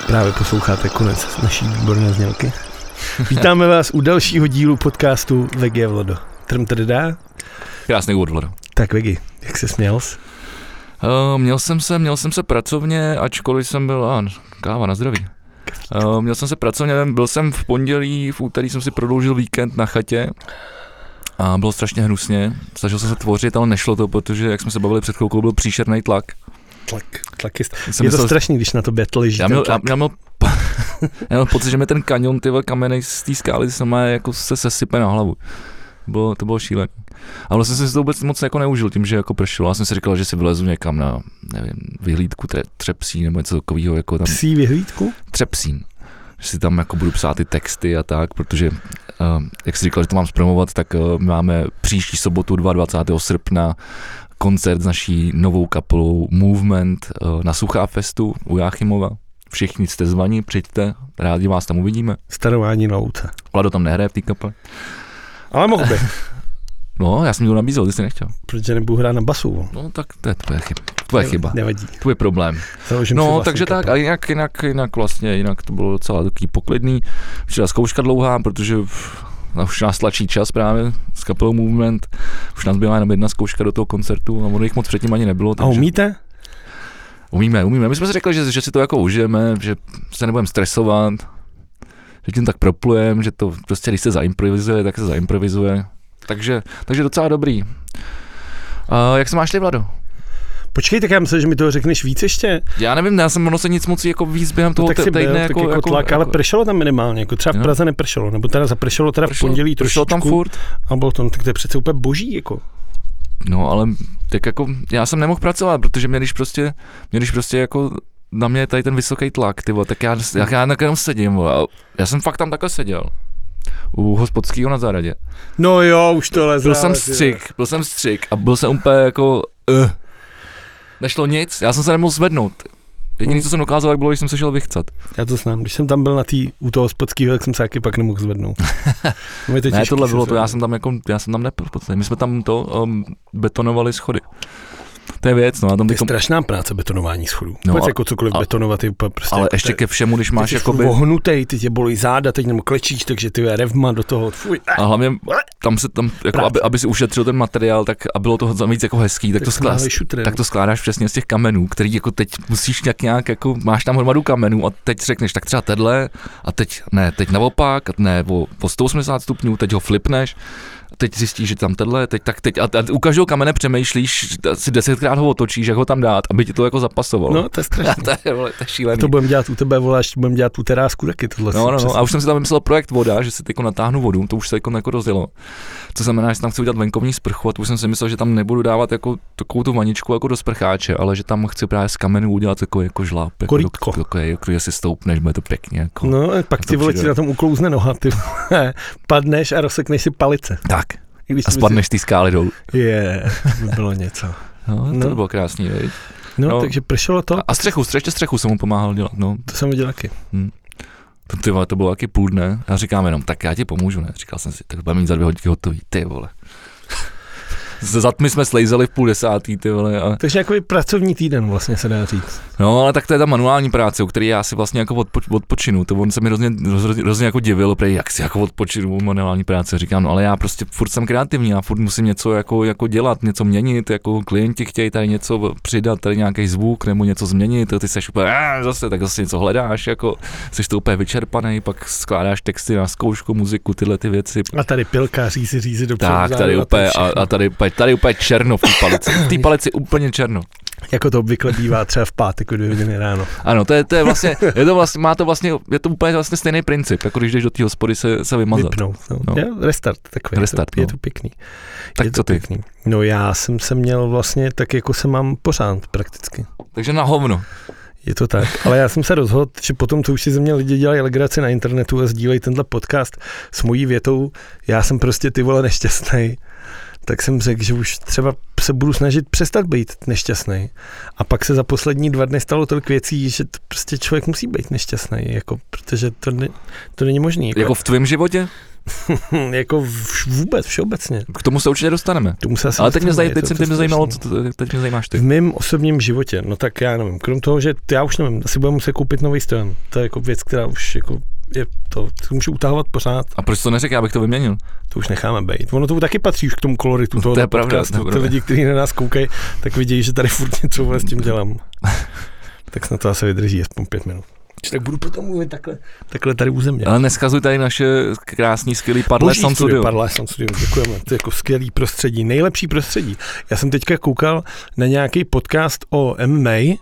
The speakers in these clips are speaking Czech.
Právě posloucháte konec naší výborné znělky. Vítáme vás u dalšího dílu podcastu Vegi a Vlado. Trm tady dá? Krásný úvod, Vlado. Tak Vegi, jak se směl jsi? Měl jsem se pracovně, ačkoliv jsem byl, káva na zdraví. Měl jsem se pracovně, byl jsem v pondělí, v úterý jsem si prodloužil víkend na chatě a bylo strašně hnusně. Snažil jsem se tvořit, ale nešlo to, protože, jak jsme se bavili před chvilkou, byl příšerný tlak. Tlak je to strašný, když na tobě leží ten tlak. Já měl pocit, že mi ten kanion, kamenej z té skály, jako se sesype na hlavu. To bylo šílené. A vlastně jsem si to vůbec moc jako neužil tím, že jako pršelo. Já jsem si říkal, že si vylezu někam na, nevím, vyhlídku Třepsí nebo něco takového. Jako tam. Psí vyhlídku? Třepsín. Že si tam jako budu psát ty texty a tak, protože, jak jsi říkal, že to mám zpromovat, tak máme příští sobotu 22. srpna koncert s naší novou kapelou Movement na Suchá festu u Jáchymova. Všichni jste zvaní, přijďte, rádi vás tam uvidíme. Starování na louce. Vlado tam nehraje v té kapele. Ale mohl by. No, já jsem mi to nabízel, ty jsi nechtěl. Protože nebudu hrát na basu. No, tak to je tvoje chyba. Nevadí. Tvůj problém. No, takže tak, a jinak to bylo docela takový poklidný. Včera zkouška dlouhá, protože už nás tlačí čas právě s kapelou Movement. Už nás byla jenom jedna zkouška do toho koncertu a ono jich moc předtím ani nebylo. Takže... A umíte? Umíme. My jsme si řekli, že si to jako užijeme, že se nebudeme stresovat, že tím tak proplujeme, že to prostě, když se zaimprovizuje, tak se zaimprovizuje. Takže docela dobrý. Jak se máš ty, Vlado? Počkej, tak já myslím, že mi toho řekneš víc ještě. Já nevím, já jsem se nic moc jako víc během toho týdne jako tlak, ale pršelo tam minimálně, jako třeba v Praze nepršelo, nebo teda zapršelo teda v pondělí trošičku. Tam furt. A bylo to, tak to je přece úplně boží, jako. No, ale tak jako, já jsem nemohl pracovat, protože mě když prostě jako na mě tady ten vysoký tlak, tyvo, tak já jenom sedím, já jsem fakt tam takhle seděl. U Hospodského na zahradě. No jo, už to leze. Byl jsem střik a byl jsem úplně jako nešlo nic, já jsem se nemohl zvednout. Jediné, co jsem dokázal, tak bylo, když jsem se šel vychcat. Já to znám, když jsem tam byl u toho Hospodského, tak jsem se taky pak nemohl zvednout. Ne, tohle bylo to, já jsem tam nepil, my jsme tam betonovali schody. To je věc, no. To je strašná práce betonování schodů. No, vůbec jako cokoliv betonovat je úplně prostě. Ale jako ještě ke všemu, když máš jakoby... ohnutej, ty tě bolí záda, teď nebo klečíš, takže ty je revma do toho. Fuj. A hlavně tam jako aby si ušetřil ten materiál, tak a bylo to víc jako hezký, tak to skládáš přesně z těch kamenů, který jako teď musíš nějak jako, máš tam hromadu kamenů a teď řekneš, tak třeba tenhle a teď naopak, ne, po 180 stupňů, teď ho flipneš. Teď zjistíš, že tam tenhle, teď a u každého kamene přemýšlíš, si 10krát ho otočíš, jak ho tam dát, aby ti to jako zapasovalo. No, to je strašný. to je šílený. To budeme dělat u tebe, voláš, budeme dělat tu terásku taky tohle. No, a už jsem si tam vymyslel projekt voda, že si teď natáhnu vodu, to už se jako rozjelo. Co znamená, že tam chci udělat venkovní sprchu a tu už jsem si myslel, že tam nebudu dávat jako takovou tu vaničku jako do sprcháče, ale že tam chci právě z kamenů udělat jako žláb. Korítko. Jako že si stoupneš, bude to pěkně. Jako, no, pak ti vole ti na tom uklouzne noha, ty padneš a rozsekneš si palice. Tak. A spadneš z té skály dolů. To by bylo něco. No, to bylo krásný, veď. No, takže pršelo to. A střechu jsem mu pomáhal dělat, no. To jsem viděl taky. To bylo taky půl dne. Já říkám jenom, tak já ti pomůžu, ne? Říkal jsem si, tak budeme mít za 2 hodinky hotový, ty vole. Za tmy jsme slejzali v 9:30, ty vole. Takže takový pracovní týden vlastně se dá říct. No, ale tak to je ta manuální práce, u které já si vlastně jako odpočinu. To on se mi hrozně jako divil, jak si jako odpočinu manuální práce. Říkám, no ale já prostě furt jsem kreativní, já furt musím něco jako dělat, něco měnit, jako klienti chtějí tady něco přidat, tady nějaký zvuk nebo něco změnit, ty seš úplně zase něco hledáš, jako seš to úplně vyčerpaný, pak skládáš texty na zkoušku, muziku, tyhle ty věci. A tady pilka řízi do tak, tady úplně tady úplně černo v té palici. V té palici úplně černo. Jako to obvykle bývá třeba v pátek o 2 hodiny ráno. Ano, to je vlastně, je to úplně vlastně stejný princip, jako když jdeš do té hospody se vymazat. Vypnout, no. Restart takový. Je to pěkný. Tak co ty? Pěkný. No já jsem se měl vlastně tak, jako se mám pořád prakticky. Takže na hovno. Je to tak, ale já jsem se rozhodl, že potom, co už si ze mě lidi dělají legraci na internetu a sdílejí tenhle podcast s mojí větou, já jsem prostě ty vole nešťastnej, tak jsem řekl, že už třeba se budu snažit přestat být nešťastný. A pak se za poslední 2 dny stalo tolik věcí, že prostě člověk musí být nešťastný, jako, protože to není možný. Jako v tvém životě? Jako vůbec, všeobecně. K tomu se určitě dostaneme. Ale teď mě zajímalo, teď mě zajímáš ty. V mém osobním životě, no tak já nevím, krom toho, že já už nevím, asi budeme muset koupit nový stojan. To je jako věc, která už jako je to můžu utahovat pořád. A proč to neřekl, já bych to vyměnil? To už necháme být. Ono to taky patří už k tomu koloritu toho podcastu. Ty lidi, kteří na nás koukají, tak vidějí, že tady furt něco s tím dělám. Tak snad to asi vydrží aspoň 5 minut. Tak budu potom mluvit takhle tady u země. Ale neschazuj tady naše krásný, skvělý Parlé Sound Studio. Parlé Sound Studio, děkujeme. To je jako skvělý prostředí, nejlepší prostředí. Já jsem teďka koukal na nějaký podcast o MMA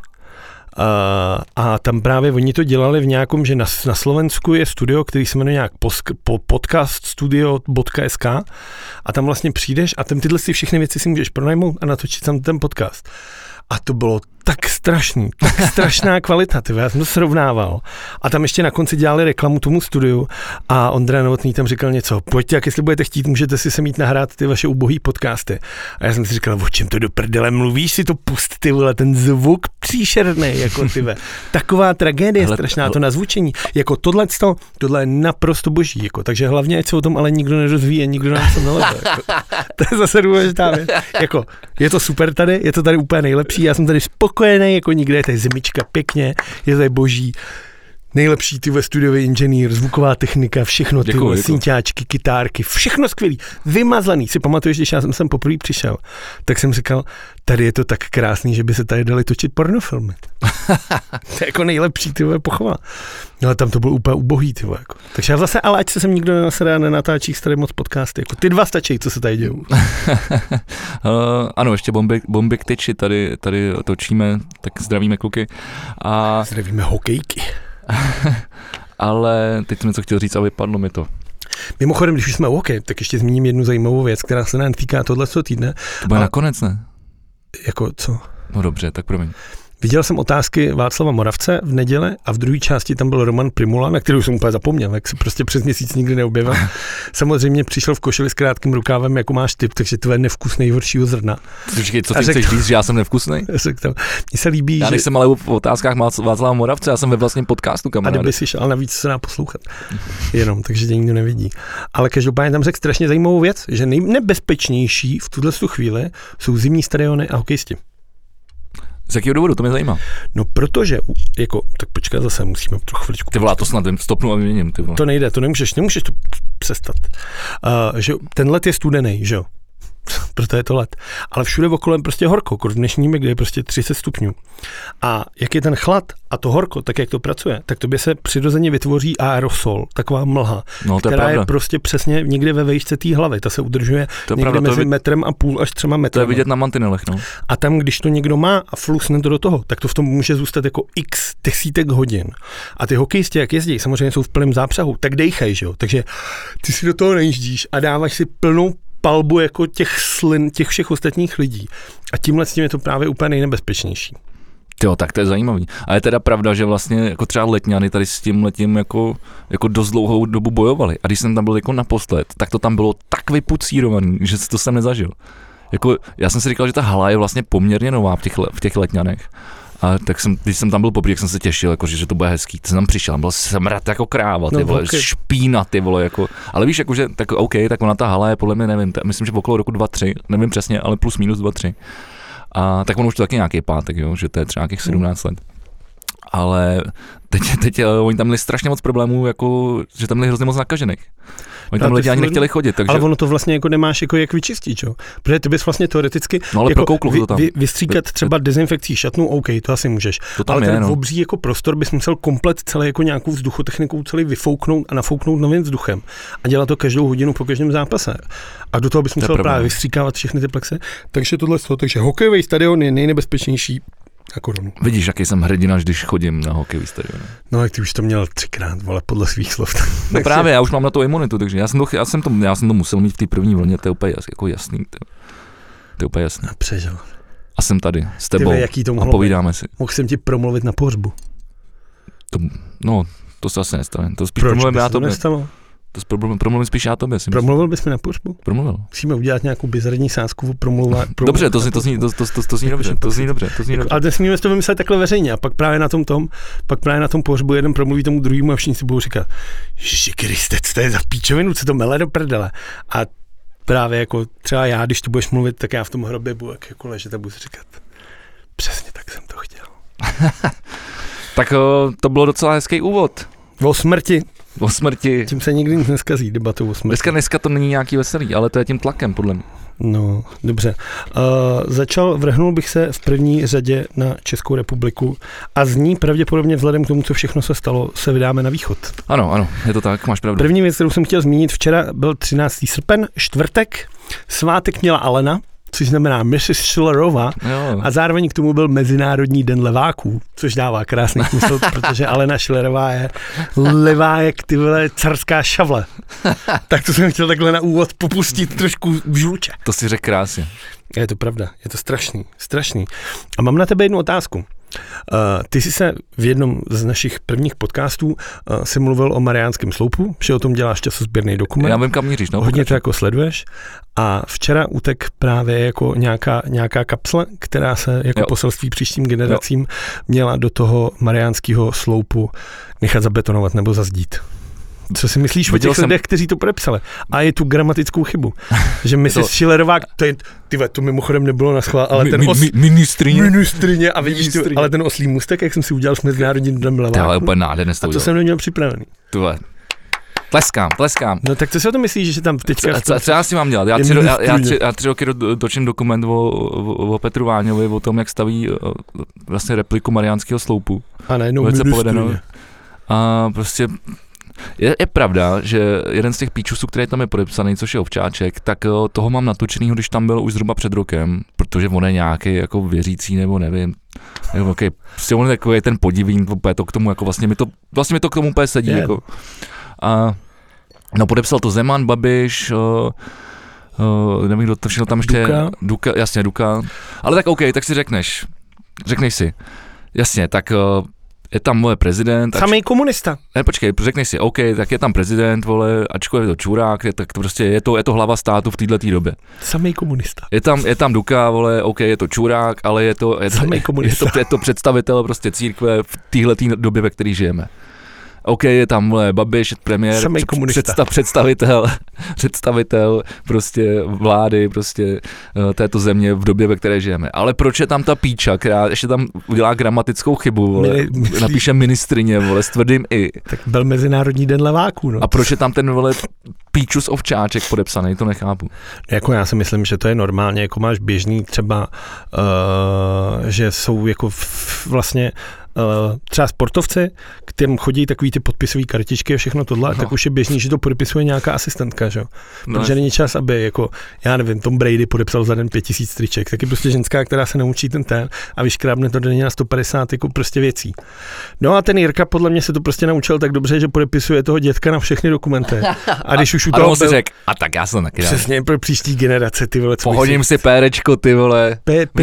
a tam právě oni to dělali v nějakom, že na Slovensku je studio, který se jmenuje nějak podcaststudio.sk a tam vlastně přijdeš a tam tyhle všechny věci si můžeš pronajmout a natočit tam ten podcast. A to bylo tak strašná kvalita, já jsem to srovnával. A tam ještě na konci dělali reklamu tomu studiu a Ondra Novotný tam říkal něco, pojďte, jak jestli budete chtít, můžete si sem jít nahrát ty vaše ubohý podcasty. A já jsem si říkal, o čem to do prdele mluvíš, si to pust, ty vole, ten zvuk příšerný, jako ty ve. Taková tragédie strašná, to nazvučení. Jako tohle je naprosto boží, jako, takže hlavně, ať se o tom ale nikdo nedozví a nikdo nám to neleze. Jako. To je zase důležitá věc. Jako, je to super tady, je to tady úplně nejlepší, já jsem tady spokojený jako nikde, je tady zemička pěkně, je tady boží, nejlepší ty studiový inženýr, zvuková technika, všechno ty synťáčky, kytárky, všechno skvělý, vymazlaný. Si pamatuješ, když já jsem sem poprvé přišel, tak jsem říkal, tady je to tak krásný, že by se tady dali točit pornofilmy. To je jako nejlepší ty pochova. Ale tam to bylo úplně ubohý, ty jako. Takže já zase, ale ať se sem nikdo nenasede a nenatáčí tady moc podcasty, jako ty 2 stačí, co se tady dějou. Ano, ještě bomby k tyči tady točíme, tak zdravíme kluky. A zdravíme hokejky. Ale teď jsem něco chtěl říct a vypadlo mi to. Mimochodem, když už jsme OK, tak ještě zmíním jednu zajímavou věc, která se nám týká tohoto týdne. To bude nakonec, ne? Jako co? No dobře, tak promiň. Viděl jsem otázky Václava Moravce v neděli a v druhé části tam byl Roman Primula, na kterou jsem úplně zapomněl, jak se prostě přes měsíc nikdy neobjevil. Samozřejmě přišel v košili s krátkým rukávem, jako máš typ, takže to je nevkusnej horšího zrna. Počkej, co ty chceš říct, že já jsem nevkusnej? Mně se líbí, já nejsem ale v otázkách Václava Moravce, já jsem ve vlastním podcastu, kamaráde. A kdyby si šel, ale navíc se dá poslouchat. Jenom, takže tě nikdo nevidí. Ale každopádně tam řekl strašně zajímavou věc, že nejnebezpečnější v tuhle chvíli jsou zimní stadiony a hokejisti. Z jakého důvodu, to mě zajímá. No protože, jako, tak počkat zase, musíme trochu chviličku. Ty vole, to snad stopnu a vyměním, ty vole. To nejde, to nemůžeš to přestat. Že ten let je studený, že jo? Proto je to let. Ale všude okolo prostě horko, v dnešním, kde je prostě 30 stupňů. A jak je ten chlad a to horko, tak jak to pracuje, tak tobě se přirozeně vytvoří aerosol, taková mlha, která je prostě přesně někde ve výšce té hlavy. Ta se udržuje někde mezi 1,5 metru až 3 metry. To je vidět na mantinelech, no. A tam, když to někdo má a flusne to do toho, tak to v tom může zůstat jako x desítek hodin. A ty hokejisti, jak jezdí, samozřejmě jsou v plném zápřahu, tak dejchaj, že jo. Takže ty si do toho nejíždíš a dáváš si plnou palbu jako těch slin, těch všech ostatních lidí. A tímhle s tím je to právě úplně nejnebezpečnější. Jo, tak to je zajímavý. A je teda pravda, že vlastně jako třeba letňany tady s tím letím jako dost dlouhou dobu bojovali. A když jsem tam byl jako naposled, tak to tam bylo tak vypucírovaný, že to jsem nezažil. Jako, já jsem si říkal, že ta hala je vlastně poměrně nová v těch letňanech. A tak když jsem tam byl poprvé, jak jsem se těšil, jako, že to bude hezký. Jsem tam přišel, tam byl smrad jako kráva, ty vole, špína, ty vole, jako. Ale víš, jako, že tak OK, tak ona ta hala je podle mě, nevím, myslím, že okolo roku 2-3, nevím přesně, ale plus minus 2-3. A tak ono už to taky nějaký pátek, jo, že to je třeba nějakých 17 let. Ale teď oni tam měli strašně moc problémů, jako, že tam měli hrozně moc nakažených. Oni tam lidi ani nechtěli chodit, takže... Ale ono to vlastně jako nemáš jako jak vyčistit, čo? Protože ty bys vlastně teoreticky ale jako vystříkat třeba dezinfekcí šatnu, OK, to asi můžeš. To ale ten je, no. Obří jako prostor bys musel komplet celý jako nějakou vzduchotechnikou celý vyfouknout a nafouknout novým vzduchem. A dělat to každou hodinu po každém zápase. A do toho bys musel právě vystříkávat všechny ty plexe. Takže takže hokejový stadion je nejnebezpečnější. Vidíš, jaký jsem hrdina, když chodím na hokejový stadion. No, jak ty už to měl 3krát, vole, podle svých slov. No právě, já už mám na to imunitu, takže já jsem to musel mít v té první vlně, to je úplně jako jasný. To je úplně jasný. A přežil. A jsem tady s tebou a povídáme si. Mohl jsem ti promluvit na pohřbu. To se asi nestane. To spíš promluvím já to. Nestalo? Promluvím spíš já tobě. Promluvil bys mi na pohřbu? Promluvil. Musíme udělat nějakou bizarní sázku. Dobře, to zní dobře. Ale nesmíme to vymyslet takhle veřejně a pak právě na tom pohřbu jeden promluví tomu druhému a všichni si budou říkat, Ježiši Kriste, co to je za píčovinu, co to mele do prdele. A právě jako třeba já, když tu budeš mluvit, tak já v tom hrobě budu jako ležet a budu říkat, přesně tak jsem to chtěl. Tak to bylo docela hezký úvod. O smrti. Tím se nikdy nic neskazí, debatou o smrti. Dneska to není nějaký veselý, ale to je tím tlakem, podle mě. No, dobře. Vrhnul bych se v první řadě na Českou republiku a z ní pravděpodobně vzhledem k tomu, co všechno se stalo, se vydáme na východ. Ano, je to tak, máš pravdu. První věc, kterou jsem chtěl zmínit, včera byl 13. srpen, čtvrtek, svátek měla Alena, což znamená Mrs. Schillerová, a zároveň k tomu byl Mezinárodní den leváků, což dává krásný smysl, protože Alena Schillerová je levá jak ty vole carská šavle. Tak to jsem chtěl takhle na úvod popustit trošku v žluče. To si řekl krásně. Je to pravda, je to strašný. A mám na tebe jednu otázku. Ty jsi se v jednom z našich prvních podcastů si mluvil o Mariánském sloupu, že o tom děláš časozběrný dokument. Já vím, kam míříš. Hodně to jako sleduješ. A včera utek právě jako nějaká kapsle, která se jako poselství příštím generacím měla do toho Mariánského sloupu nechat zabetonovat nebo zazdít. Co si myslíš o těch lidech, kteří to podepsali? A je tu gramatickou chybu. Že Mrs. Schillerová, to mimochodem nebylo na schvál, ale ten ministrině a vidíš ale ten oslý můstek, jak jsem si udělal s Mezinárodním dnem leváků. To je úplně nádherné. A to jsem neměl připravený. Tleskám. No tak co si o to myslíš, že tam teďka... Co já si mám dělat? Já 3 roky točím dokument o Petru Váňovi, o tom, jak staví vlastně repliku Mariánského sloupu. A najednou ministrině. A prostě... Je pravda, že jeden z těch píčusů, který tam je podepsaný, což je Ovčáček, tak toho mám natočenýho, když tam byl už zhruba před rokem, protože on je nějaký jako věřící, nebo nevím, okay, prostě on je takový ten podivný, to k tomu jako vlastně mi to k tomu úplně sedí. Jako. A no podepsal to Zeman, Babiš, nevím, kdo to všechno tam ještě, Duka, ale tak OK, tak si řekneš si, jasně, tak je tam moje prezident. Samej komunista. Ne, počkej, řekneš si, OK, tak je tam prezident, vole, ačkoliv je to čurák, tak to prostě je to hlava státu v této době. Samej komunista. Je tam Duka, vole, OK, je to čurák, ale je to představitel prostě církve v této době, ve které žijeme. OK, je tam Babiš, premiér, představitel prostě vlády, prostě této země v době, ve které žijeme. Ale proč je tam ta píča, která ještě tam udělá gramatickou chybu, vole, napíše ministrině, vole, s tvrdým i. Tak byl Mezinárodní den leváků, no. A proč je tam ten, vole, píčus Ovčáček podepsaný, to nechápu. Jako já si myslím, že to je normálně, jako máš běžný třeba, že jsou jako vlastně třeba sportovci, kterým chodí takový ty podpisové kartičky a všechno tohle, tak už je běžný, že to podepisuje nějaká asistentka, že jo. Protože není čas, aby jako, já nevím, Tom Brady podepsal za den 5000 triček, tak je prostě ženská, která se naučí ten a vyškrábne to denně na 150 jako prostě věcí. No a ten Jirka podle mě se to prostě naučil tak dobře, že podepisuje toho dětka na všechny dokumenty. A když už u toho byl, řek, a tak já jsem taky. Přesně pro příští generace, ty vole. Pohodím si pérečko, ty vole.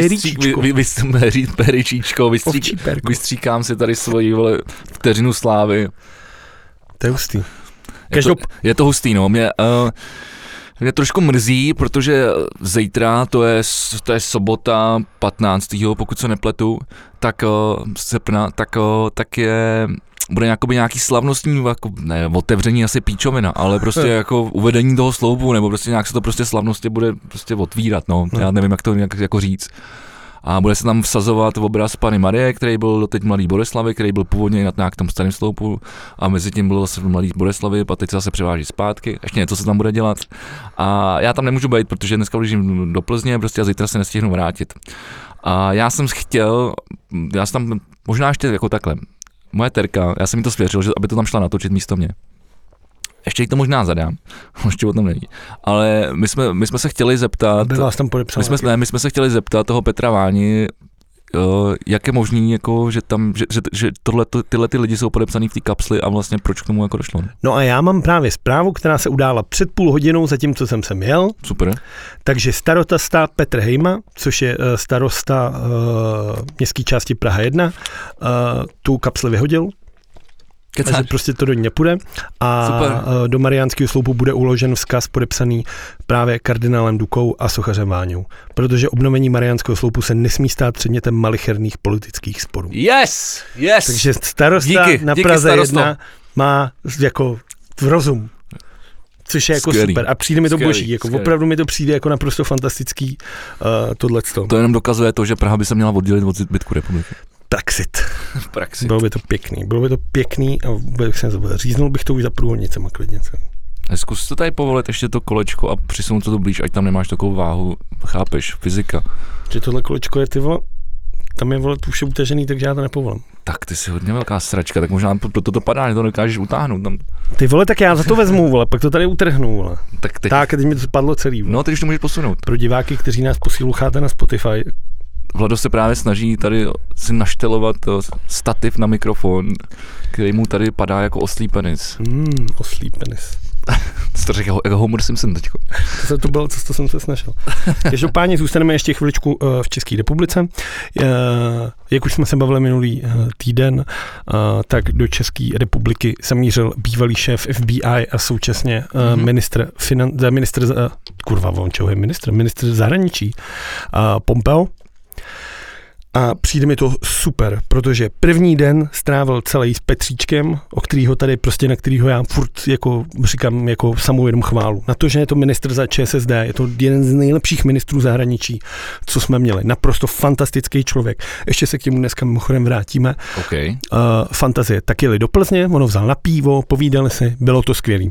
Péričíčko, vystříkám si tady svoji, vole, vteřinu slávy. To je hustý. Je to hustý, no. Mě trošku mrzí, protože zítra, to je sobota 15. pokud se nepletu, tak srpna, tak bude nějaký slavnostní, jako, ne, otevření asi píčovina, ale prostě jako uvedení toho sloupu, nebo prostě nějak se to prostě slavnosti bude prostě otvírat, no. Já nevím, jak to jako říct. A bude se tam vsazovat obraz Panny Marie, který byl doteď mladý Boleslavy, který byl původně na nějak tom starém sloupu a mezi tím byl zase mladý Boleslavy a teď se zase převáží zpátky. Ještě něco se tam bude dělat. A já tam nemůžu být, protože dneska blížím do Plzně, prostě a zítra se nestihnu vrátit. A já jsem tam možná ještě jako takhle. Moje Terka, já jsem jí to svěřil, že aby to tam šla natočit místo mě. Ještě jí to možná zadám, ještě o tom není. Ale my jsme se chtěli zeptat, my jsme se chtěli zeptat toho Petra Váni, jak je možný, jako, že tyhle ty lidi jsou podepsaný v té kapsli a vlastně proč k tomu jako došlo. No a já mám právě zprávu, která se udála před půl hodinou, zatímco jsem sem jel. Super. Takže starosta Petr Hejma, což je starosta městské části Praha 1, tu kapsli vyhodil. Takže prostě to do ní nepůjde a super. Do Mariánského sloupu bude uložen vzkaz podepsaný právě kardinálem Dukou a sochařem Váňou, protože obnovení Mariánského sloupu se nesmí stát předmětem malicherných politických sporů. Yes. Takže starosta na Praze 1 má jako rozum. Což je jako skvělý. Super. A přijde mi to boží. Jako opravdu mi to přijde jako naprosto fantastický tohleto. To jenom dokazuje to, že Praha by se měla oddělit od zbytku republiky. Praxit. Bylo by to pěkný a říznul bych to už za průhodnicema klidně. Zkus to tady povolit ještě to kolečko a přisunout to blíž, ať tam nemáš takovou váhu. Chápeš? Fyzika. Že tohle kolečko je, ty vole, tam je, vole, už je utažený, takže já to nepovolím. Tak ty jsi hodně velká sračka, tak možná proto to padá, že to nedokážeš utáhnout tam. Ty vole, tak já za to vezmu, vole, pak to tady utrhnu, vole. Tak teď mi to spadlo celý, vole. No, teď už to můžeš posunout. Pro diváky, kteří nás posloucháte na Spotify. Vlado se právě snaží tady si naštelovat stativ na mikrofon, který mu tady padá jako oslí penis. Oslí penis. Co to řekl jako Homer Simpson teďko. To bylo, co jsem se snažil. Každopádně zůstaneme ještě chviličku v České republice. Jak už jsme se bavili minulý týden, tak do České republiky zamířil bývalý šéf FBI a současně ministr zahraničí Pompeo. A přijde mi to super, protože první den strávil celý s Petříčkem, na kterýho já furt jako říkám jako samou jenom chválu. Na to, že je to ministr za ČSSD, je to jeden z nejlepších ministrů zahraničí, co jsme měli. Naprosto fantastický člověk. Ještě se k němu dneska mimochodem vrátíme. Okay. Fantazie. Tak jeli do Plzně, ono vzal na pivo, povídali si, bylo to skvělý.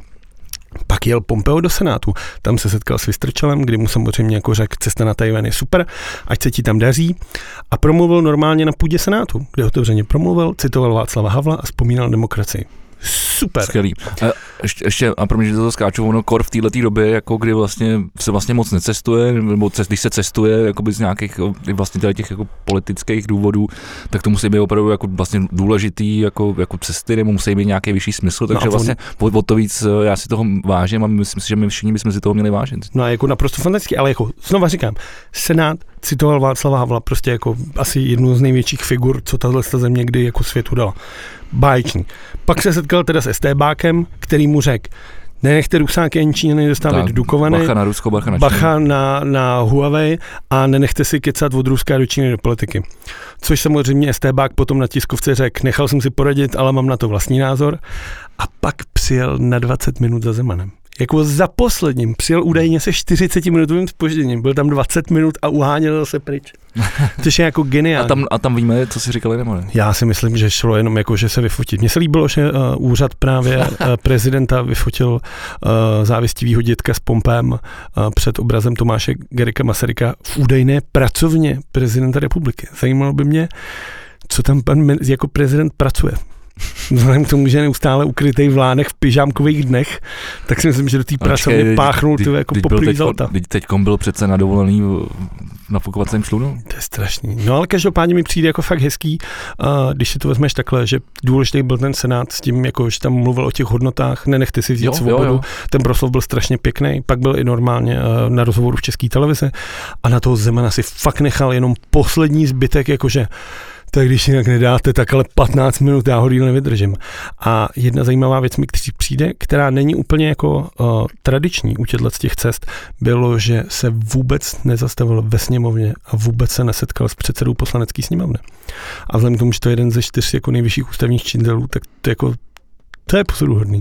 Pak jel Pompeo do Senátu, tam se setkal s Vystrčelem, kdy mu samozřejmě jako řekl, cesta na Tajvan je super, ať se ti tam daří, a promluvil normálně na půdě Senátu, kde otevřeně promluvil, citoval Václava Havla a vzpomínal demokracii. Super. Skvělý. Ještě, a pro mě, že to skáču, ono kor v této době, jako kdy vlastně se vlastně moc necestuje, nebo když se cestuje jakoby z nějakých vlastně těch jako politických důvodů, tak to musí být opravdu jako vlastně důležitý jako cesty, nebo musí být nějaký vyšší smysl, takže vlastně o to víc já si toho vážím a myslím si, že my všichni bychom si toho měli vážit. No a jako naprosto fantastický, ale jako znova říkám, Senát citoval Václava Havla, prostě jako asi jednu z největších figur, co tahle země kdy jako světu dala. Báječný. Pak se setkal teda s STBákem, který mu řekl, nenechte Rusáky ani Číňany dostávat do Dukovany, bacha na Rusko, bacha na Huawei a nenechte si kecat od Ruska do Číny do politiky. Což samozřejmě STBák potom na tiskovce řekl, nechal jsem si poradit, ale mám na to vlastní názor. A pak přijel na 20 minut za Zemanem. Jako za posledním přijel údajně se 40-minutovým zpožděním. Byl tam 20 minut a uháněl se pryč. Což je jako geniální. A tam víme, co si říkali, nebo ne? Já si myslím, že šlo jenom jako, že se vyfotit. Mně se líbilo, že úřad právě prezidenta vyfotil závistivýho dětka s Pompem před obrazem Tomáše Garrigua Masaryka v údajné pracovně prezidenta republiky. Zajímalo by mě, co tam pan jako prezident pracuje. Vzhledem k tomu, že je neustále ukrytej v lánech v pyžámkových dnech, tak si myslím, že do té pracovny páchnul ty jako poplý zlata. Teďkom byl přece na dovolený na fukovacím člunu. To je strašný. No ale každopádně mi přijde jako fakt hezký, když si to vezmeš takhle, že důležitý byl ten Senát s tím, jako, že tam mluvil o těch hodnotách, nenechte si vzít svobodu. Jo. Ten proslov byl strašně pěkný, pak byl i normálně na rozhovoru v České televizi a na toho Zemana si fakt nechal jenom poslední zbytek, jakože tak když jinak nedáte, tak ale 15 minut já ho díl nevydržím. A jedna zajímavá věc mi přijde, která není úplně jako tradiční u těch cest, bylo, že se vůbec nezastavil ve sněmovně a vůbec se nesetkal s předsedou poslanecké sněmovny. A vzhledem k tomu, že to je jeden ze 4 jako nejvyšších ústavních činitelů, tak to je pozoruhodný.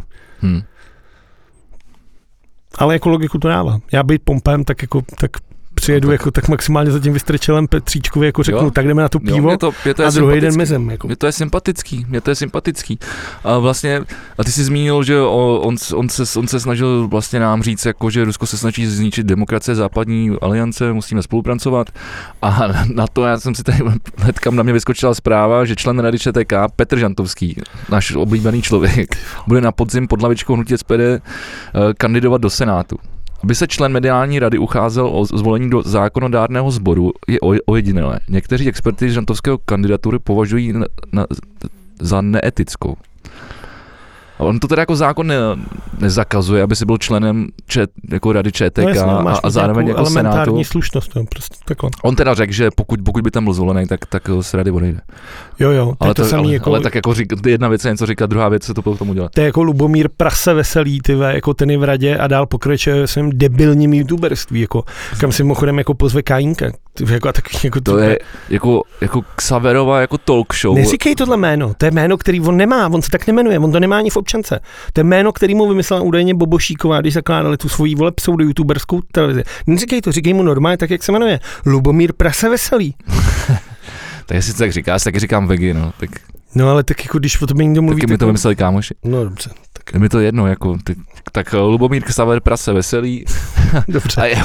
Ale jako logiku to dává. Já být Pompem, tak přijedu jako tak maximálně za tím Vystrčelem Petříčkovi, jako řeknu, tak jdeme na to pivo a druhý den mizem. Jako. Mně to je sympatický. A vlastně, a ty jsi zmínil, že on se snažil vlastně nám říct, jako, že Rusko se snaží zničit demokracie západní aliance, musíme spolupracovat. A na to já jsem si tady hnedkam na mě vyskočila zpráva, že člen Rady ČTK Petr Žantovský, náš oblíbený člověk, bude na podzim pod hlavičkou hnutí SPD kandidovat do Senátu. Aby se člen mediální rady ucházel o zvolení do zákonodárného sboru, je ojedinělé. Někteří experti Žantovského kandidatury považují za neetickou. On to teda jako zákon nezakazuje, aby si byl členem jako rady ČTK a zároveň jako senátu. Elementární slušnost, to prostě takhle. On teda řekl, že pokud by tam byl zvolený, tak z rady odejde. Jo, ale tak jako jedna věc je něco říkat, druhá věc se to potom udělat. To je jako Lubomír Prase Veselý, jako ten je v radě a dál pokračuje svým debilním youtuberství, jako, kam si mimochodem jako pozve Kajínka. To je jako Xaverova jako talk show. Neříkej tohle jméno, to je jméno, který on nemá, on se tak nemenuje, on to nemá ani v občance. To je jméno, který mu vymyslela údajně Bobošíková, když zakládali tu svoji pseudo-youtuberskou televizi. Neříkej to, říkej mu normálně tak, jak se jmenuje. Lubomír Prase Veselý. Tak jestli to tak říkáš, tak říkám Vegi, no. Tak... No ale tak jako když o tobě někdo mluví... Taky mi to vymysleli kámoši. No dobře. Tak... Je mi to jedno, jako, tak Lubomír Xaver Prase Veselý. Dobře.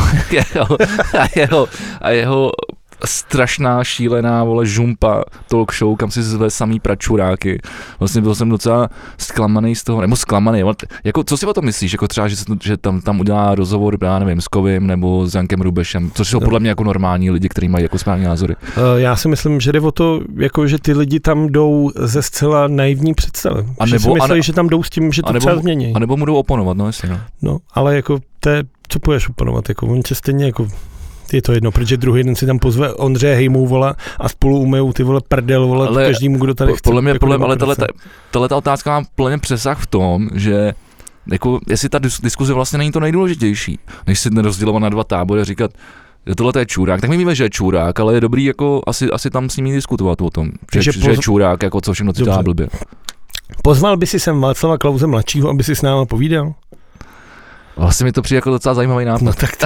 A jeho strašná, šílená, žumpa talk show, kam si zve samý pračuráky. Vlastně byl jsem docela zklamaný z toho, nebo zklamaný. Jako, co si o tom myslíš? Jako třeba, že tam udělá rozhovor, já nevím, s Kovim nebo s Jankem Rubešem, což jsou podle mě jako normální lidi, kteří mají jako správný názory. Já si myslím, že jde o to, jako, že ty lidi tam jdou ze zcela naivní představy. Že si myslí, že tam jdou s tím, že to třeba změní. A nebo mu jdou oponovat, no jestli no. No, ale jako co půjdeš oponovat, jako on tě stejně jako je to jedno, protože druhý den si tam pozve Ondřeje Hejmou, a spolu umejou ty prdel, každému, kdo tady chce. Podle mě, ale tato otázka má plně přesah v tom, že jako, jestli ta diskuze vlastně není to nejdůležitější, než si nerozdělovat na dva tábory a říkat, že tohle je čurák, tak my víme, že je čurák, ale je dobrý jako asi tam s ním diskutovat o tom, že je čurák, jako co všechno dělá blbě. Pozval by si sem Václava Klause mladšího, aby si s náma povídal? Vlastně mi to přijde jako docela zajímavý nápad. No tak to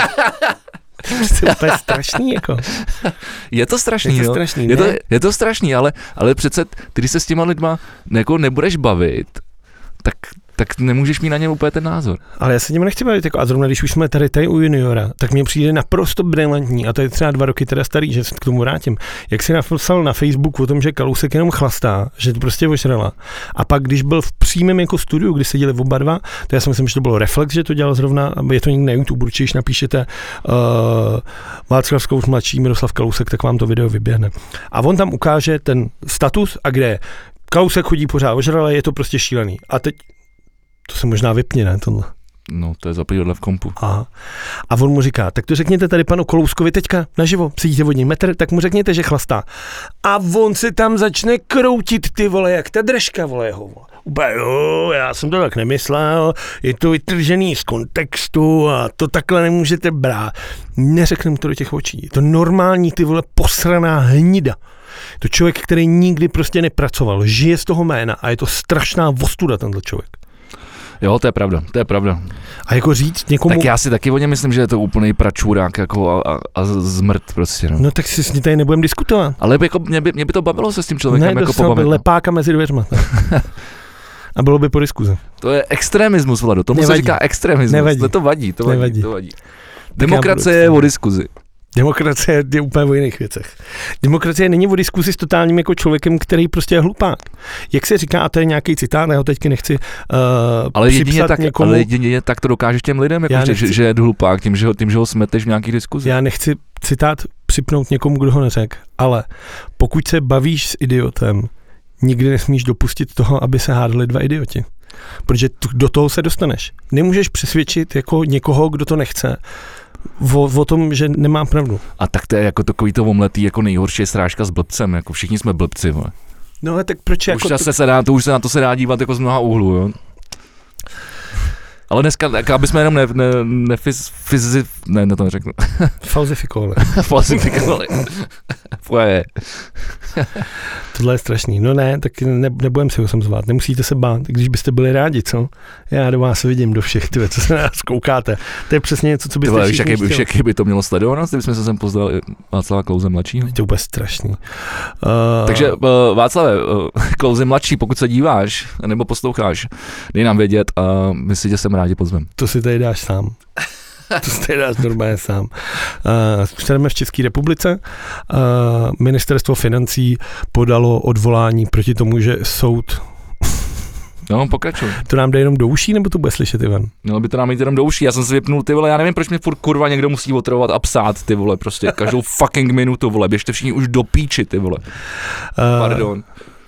je úplně strašný, jako. Je to strašný, je to strašný, ale přece, ty, když se s těma lidma jako nebudeš bavit, tak nemůžeš mít na ně úplně ten názor. Ale já se něm nechci bavit, jako, a zrovna když už jsme tady u juniora, tak mně přijde naprosto brilantní, a to je třeba 2 roky teda starý, že se k tomu vrátím, jak si napsal na Facebooku o tom, že Kalousek jenom chlastá, že to prostě ožrala. A pak, když byl v přímém jako studiu, kdy seděli oba dva, to já si myslím, že to bylo Reflex, že to dělal zrovna, je to někde na YouTube, určitě, když napíšete Václav Klaus mladší, Miroslav Kalousek, tak vám to video vyběhne. A on tam ukáže ten status a kde Kalousek chodí pořád ožrale, je to prostě šílený. A teď to se možná vypne, ne, tohle. No, to je zapídle v kompu. Aha. A on mu říká, tak to řekněte tady panu Kalouskovi teďka naživo, sedíte od něj metr, tak mu řekněte, že chlastá. A on se tam začne kroutit, ty vole, jak ta držka, vole, jeho. Úplně, jo, já jsem to tak nemyslel, je to vytržený z kontextu a to takhle nemůžete brát. Neřekne mu to do těch očí. Je to normální, ty vole, posraná hnida. To člověk, který nikdy prostě nepracoval, žije z toho jména a je to strašná ostuda tenhle člověk. Jo, to je pravda. A jako říct někomu... Tak já si taky o něm myslím, že je to úplný pračůrák jako a zmrt prostě. No. No tak si s ní tady nebudem diskutovat. Ale jako mě by to bavilo se s tím člověkem jako pobavit. Ne, lepáka mezi dveřma. A bylo by po diskuzi. To je extremismus, Vlado, tomu se říká extremismus. Nevadí. To vadí. Demokracie je o diskuzi. Demokracie je úplně o jiných věcech. Demokracie není o diskuzi s totálním jako člověkem, který prostě je hlupák. Jak se říká, a to je nějaký citát, já ho teďky nechci ale jedině tak to dokážeš těm lidem, jako že je hlupák, tím, že ho smeteš v nějaký diskuzi. Já nechci citát připnout někomu, kdo ho neřekl, ale pokud se bavíš s idiotem, nikdy nesmíš dopustit toho, aby se hádali dva idioti. Protože do toho se dostaneš. Nemůžeš přesvědčit jako někoho, kdo to nechce, o tom, že nemám pravdu. A tak to je jako takový to omletý, jako nejhorší srážka s blbcem, jako všichni jsme blbci, vole. No ale tak proč jako... Už se na to se dá dívat jako z mnoha úhlů, jo. Ale dneska, tak aby jsme jenom to neřeknu. Falzifikovali. Tohle je strašný. No ne, tak nebudem si ho sem zvát. Nemusíte se bát, když byste byli rádi, co? Já do vás vidím, do všech, tyhle, co se na nás koukáte. To je přesně něco, co byste všichni chtěli. Však by to mělo sledovat, kdybychom se sem pozdali Václava Klause mladšího. Je to úplně strašný. Takže Václave, Klause mladší, pokud se díváš, nebo posloucháš, dej nám vědět a my si tě sem rádi pozvem. To si tady dáš sám. To si tady dáš normálně sám. Jsme v České republice. Ministerstvo financí podalo odvolání proti tomu, že soud... No, pokračuj. To nám jde jenom do uší, nebo to bude slyšet, Ivan? Mělo by to nám jít jenom do uší. Já jsem si vypnul, ty vole, já nevím, proč mě furt kurva někdo musí otravovat a psát, ty vole, prostě každou fucking minutu, vole. Běžte všichni už do píči, ty vole. Pardon.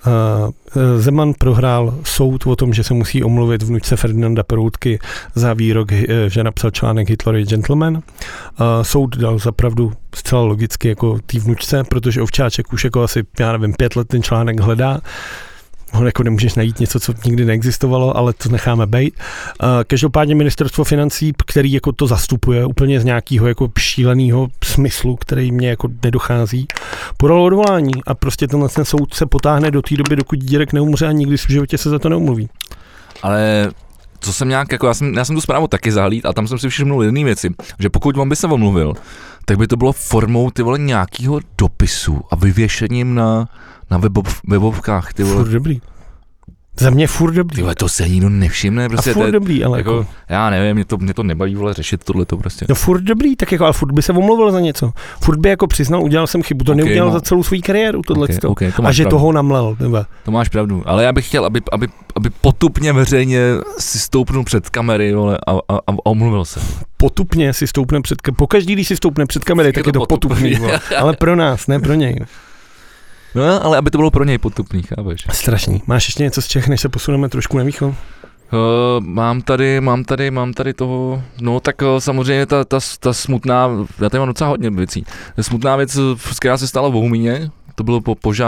Zeman prohrál soud o tom, že se musí omluvit vnučce Ferdinanda Peroutky za výrok, že napsal článek Hitler je gentleman. Soud dal za pravdu zcela logicky jako té vnučce, protože Ovčáček už jako asi, 5 let ten článek hledá. Jako nemůžeš najít něco, co nikdy neexistovalo, ale to necháme bejt. Každopádně ministerstvo financí, který jako to zastupuje úplně z nějakého jako šíleného smyslu, který mě jako nedochází, podalo odvolání a prostě ten soud se potáhne do té doby, dokud Dědek neumře a nikdy v životě se za to neumluví. Ale co jsem nějak, jako já jsem tu zprávu taky zahlíd a tam jsem si všimnul jedné věci, že pokud on by se omluvil, tak by to bylo formou nějakého dopisu a vyvěšením na webovkách, ty vole. Furt dobrý. Za mě furt dobrý. Tyhle, to se nikdo nevšimne, prostě. A furt dobrý, ale jako já nevím, mě to nebaví, vole, řešit tohleto prostě. No furt dobrý, tak jako, ale furt by se omluvil za něco. Furt by jako přiznal, udělal jsem chybu, to neudělal za celou svou kariéru, tohleto. Okay, a že toho namlel, nebo. To máš pravdu, ale já bych chtěl, aby potupně veřejně si stoupnul před kamery, vole, a omluvil se. Potupně si stoupne před kamery, pokaždý, když si stoupne před kamery, tak je to potupný, ale pro nás, ne pro něj. No, ale aby to bylo pro něj potupný, chápeš? Strašný. Máš ještě něco z Čech, než se posuneme trošku na východ? Mám tady toho, no tak samozřejmě ta smutná, já tady mám docela hodně věcí. Smutná věc, která se stala v Bohumíně, to bylo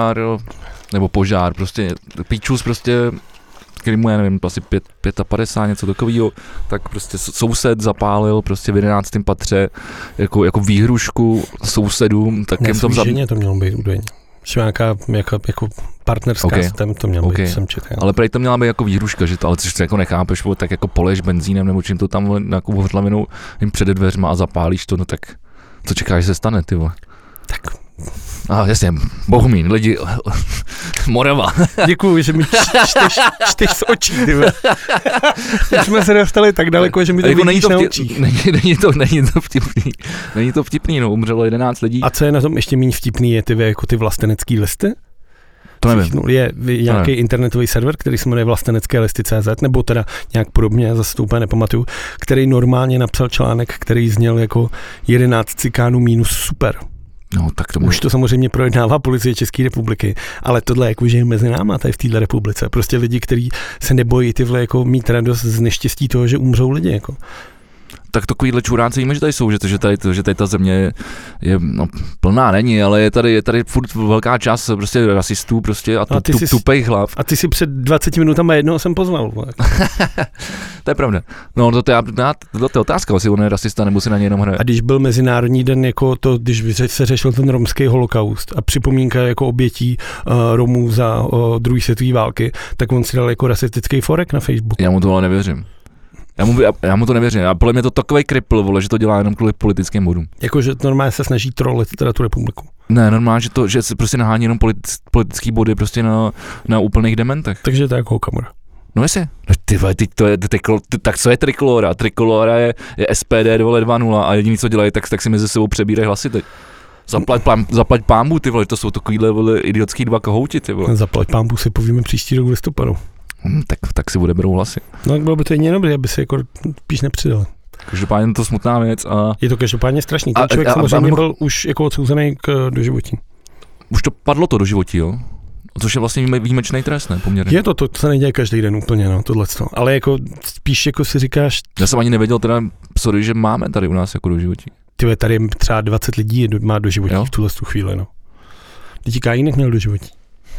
požár, prostě píčus prostě, který mu, já nevím, asi 55, něco takového, tak prostě soused zapálil prostě v 11. patře jako výhrušku sousedům, tak jim to to mělo být údajně. Nějaká jako partnerská systém to měl být, jsem čekal. Ale prej to měla být jako výhruška, že to, ale což jako nechápeš, tak jako poleješ benzínem nebo čím to tam nějakou hrdlavinou jim přede dveřma a zapálíš to, no tak co čekáš, že se stane, ty vole? Tak. Jasně, Bohumín, lidi, Morava. Děkuju, že mi čteš z očí, ty vole. Už jsme se dostali tak daleko, že mi to vidíš na očích. Není to vtipný, no, umřelo 11 lidí. A co je na tom ještě méně vtipný, je jako ty vlastenecký listy? To nevím. Je nějaký internetový server, který se jmenuje vlastenecké listy.cz, nebo teda nějak podobně, zase to úplně nepamatuju, který normálně napsal článek, který zněl jako 11 cikánů minus super. No, tak to už to samozřejmě projednává Policie České republiky, ale tohle jako že je mezi náma tady v této republice. Prostě lidi, kteří se nebojí tyhle jako mít radost z neštěstí toho, že umřou lidi. Jako. Tak takovýhle čuráci víme, že tady jsou, že tady ta země je plná není, ale je tady furt velká část prostě rasistů prostě a tupejch hlav. A ty si před 20 minutama jednoho jsem pozval. To je pravda. No to je otázka, jestli on je rasista nebo si na něj jenom hraje. A když byl Mezinárodní den jako to, když se řešil ten romský holokaust a připomínka jako obětí Romů za druhé světové války, tak on si dal jako rasistický forek na Facebooku. Já mu to ale nevěřím. Já mu to nevěřím. A podle mě to takovej kripl, vole, že to dělá jenom kvůli politickým bodům. Jakože normálně se snaží trolit teda tu republiku. Ne, normálně, že se prostě nahání jenom politický body prostě na úplných dementech. Takže to je jako kamera. No jestli. No tak co je Trikolora? Trikolora je SPD 2.0 a jediný, co dělají, tak si mezi sebou přebírají hlasy teď. Zaplať pámbu, ty vole, to jsou takovýhle, vole, idiotský dva kohouti, ty vole. Zaplať pámbu si povíme příští rok v listopadu. Tak si odeberou hlasy. No, bylo by to jedině dobré, aby se jako spíš nepřidal. Každopádně to smutná věc. A je to každopádně strašný. Ten člověk samozřejmě byl už jako odsouzený k doživotí. Už to padlo to doživotí, jo? Což je vlastně výjimečný trest, ne? Poměrně. Je to se neděje každý den úplně, no, tohleto. Ale jako spíš jako si říkáš... Já jsem ani nevěděl teda, sorry, že máme tady u nás jako doživotí. Tyhle, tady třeba 20 lidí má doživotí v tuhle chvíli, no. Teď Kajínek měl doživotí.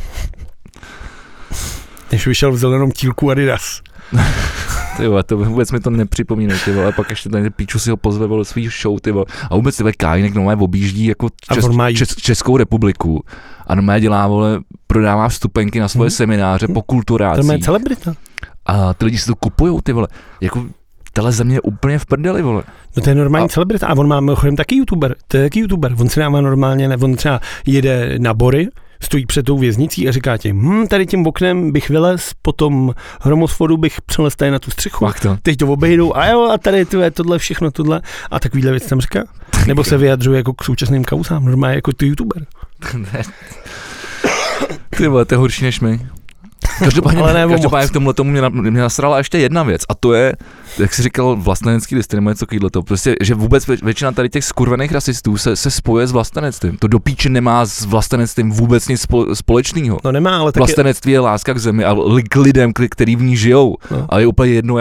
Než vyšel v zelenom tílku Adidas. Tyhle, to vůbec mi to nepřipomínej, ty vole, a pak ještě ten píču si ho pozve, vole, svý show, ty vole, a vůbec tyhle Kajínek normálně objíždí jako Českou republiku a normálně dělá, vole, prodává vstupenky na svoje semináře po kulturácích. To je celebrita. A ty lidi si to kupujou, ty vole, jako tahle země je úplně v prdeli, vole. No to je normální celebrita a on má mimochodem taky youtuber, on si dává normálně, on třeba jede na Bory, stojí před tou věznicí a říká ti, tady tím oknem bych vylez, potom hromosvodu bych přelez tady na tu střechu, teď to obejdou a jo, a tady tohle všechno, tohle a takovýhle věc tam říká. Nebo se vyjadřuje jako k současným kauzám, normálně jako ty youtuber. Ty vole, to je horší než my. Každopádně v tomhle tomu mě nasrala ještě jedna věc a to je, jak jsi říkal, vlastenecký listy nebo něco takového, prostě, že vůbec většina tady těch skurvených rasistů se spojuje s vlastenectvím. To do píče nemá s vlastenectvím vůbec nic společného. No nemá, ale vlastenectví je láska k zemi a k lidem, který v ní žijou. No. A je úplně jedno,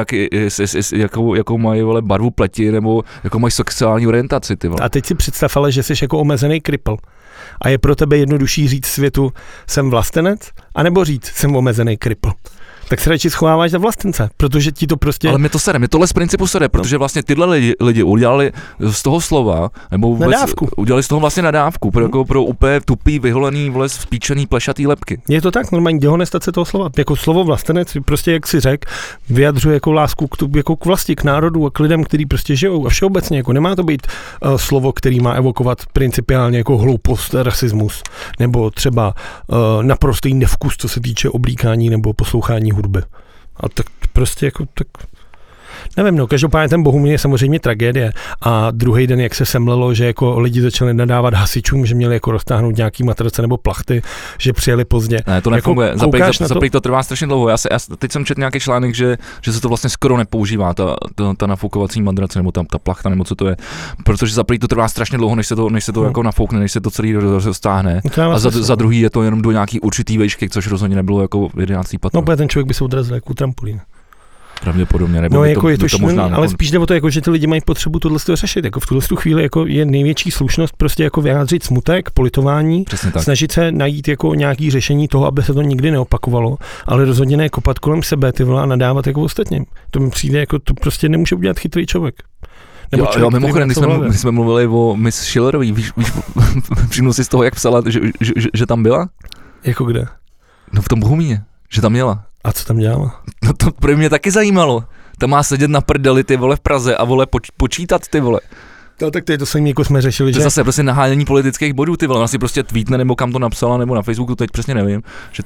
jakou mají barvu pleti nebo jakou mají sexuální orientaci. Ty vole. A teď si představ, ale, že jsi jako omezený kripl. A je pro tebe jednodušší říct světu, jsem vlastenec, anebo říct, jsem omezený kripl. Tak se radši schováváš za vlastence, protože ti to prostě... Ale mě tohle z principu sere, protože vlastně tyhle lidi udělali z toho slova, nebo vůbec udělali z toho vlastně nadávku, pro úplně tupý, vyholený, vpíčený, plešatý lebky. Je to tak, normální dehonestace toho slova. Jako slovo vlastenec, prostě jak si řekl, vyjadřuje jako lásku k vlasti, k národu a k lidem, kteří prostě žijou. A všeobecně, jako nemá to být slovo, který má evokovat principiálně jako hloupost, rasismus, nebo třeba naprostý nevkus, co se týče oblíkání nebo poslouchání hudby. A tak prostě jako tak... Nevím, no, každopádně ten Bohumín je samozřejmě tragédie a druhý den, jak se semlelo, že jako lidi začali nadávat hasičům, že měli jako roztáhnout nějaký matrace nebo plachty, že přijeli pozdě. Ne, to nefunguje. Zaprý to trvá strašně dlouho. Já teď jsem četl nějaký článek, že se to vlastně skoro nepoužívá, ta nafoukovací matrace nebo ta plachta, nebo co to je. Protože zaprý to trvá strašně dlouho, než se to jako nafoukne, než se to celý roztáhne. A za druhý je to jenom do nějaký určitý výšky, což rozhodně nebylo jako 11. patro. No, ten člověk by se odrazil jako trampolín. Pravděpodobně, nebo no, jako je to možná, ale spíš jde o to, jako, že ty lidi mají potřebu tohle řešit. Jako v tuhle chvíli jako je největší slušnost prostě jako vyjádřit smutek, politování, snažit se najít jako nějaký řešení toho, aby se to nikdy neopakovalo, ale rozhodně ne kopat kolem sebe ty vole a nadávat jako ostatním. To mi přijde jako to prostě nemůže udělat chytrý člověk. Jo, mimochodem, když jsme mluvili o Miss Schillerový, víš všimnul jsi z toho, jak psala, že tam byla? Jako kde? No v tom Bohumíně, že tam měla. A co tam dělala? No to pro mě taky zajímalo. Tam má sedět na prdeli ty vole v Praze a vole počítat ty vole. No tak to samé, jako jsme řešili, že... To zase prostě nahánění politických bodů ty vole. Ona si prostě tweetne nebo kam to napsala nebo na Facebooku, teď přesně nevím,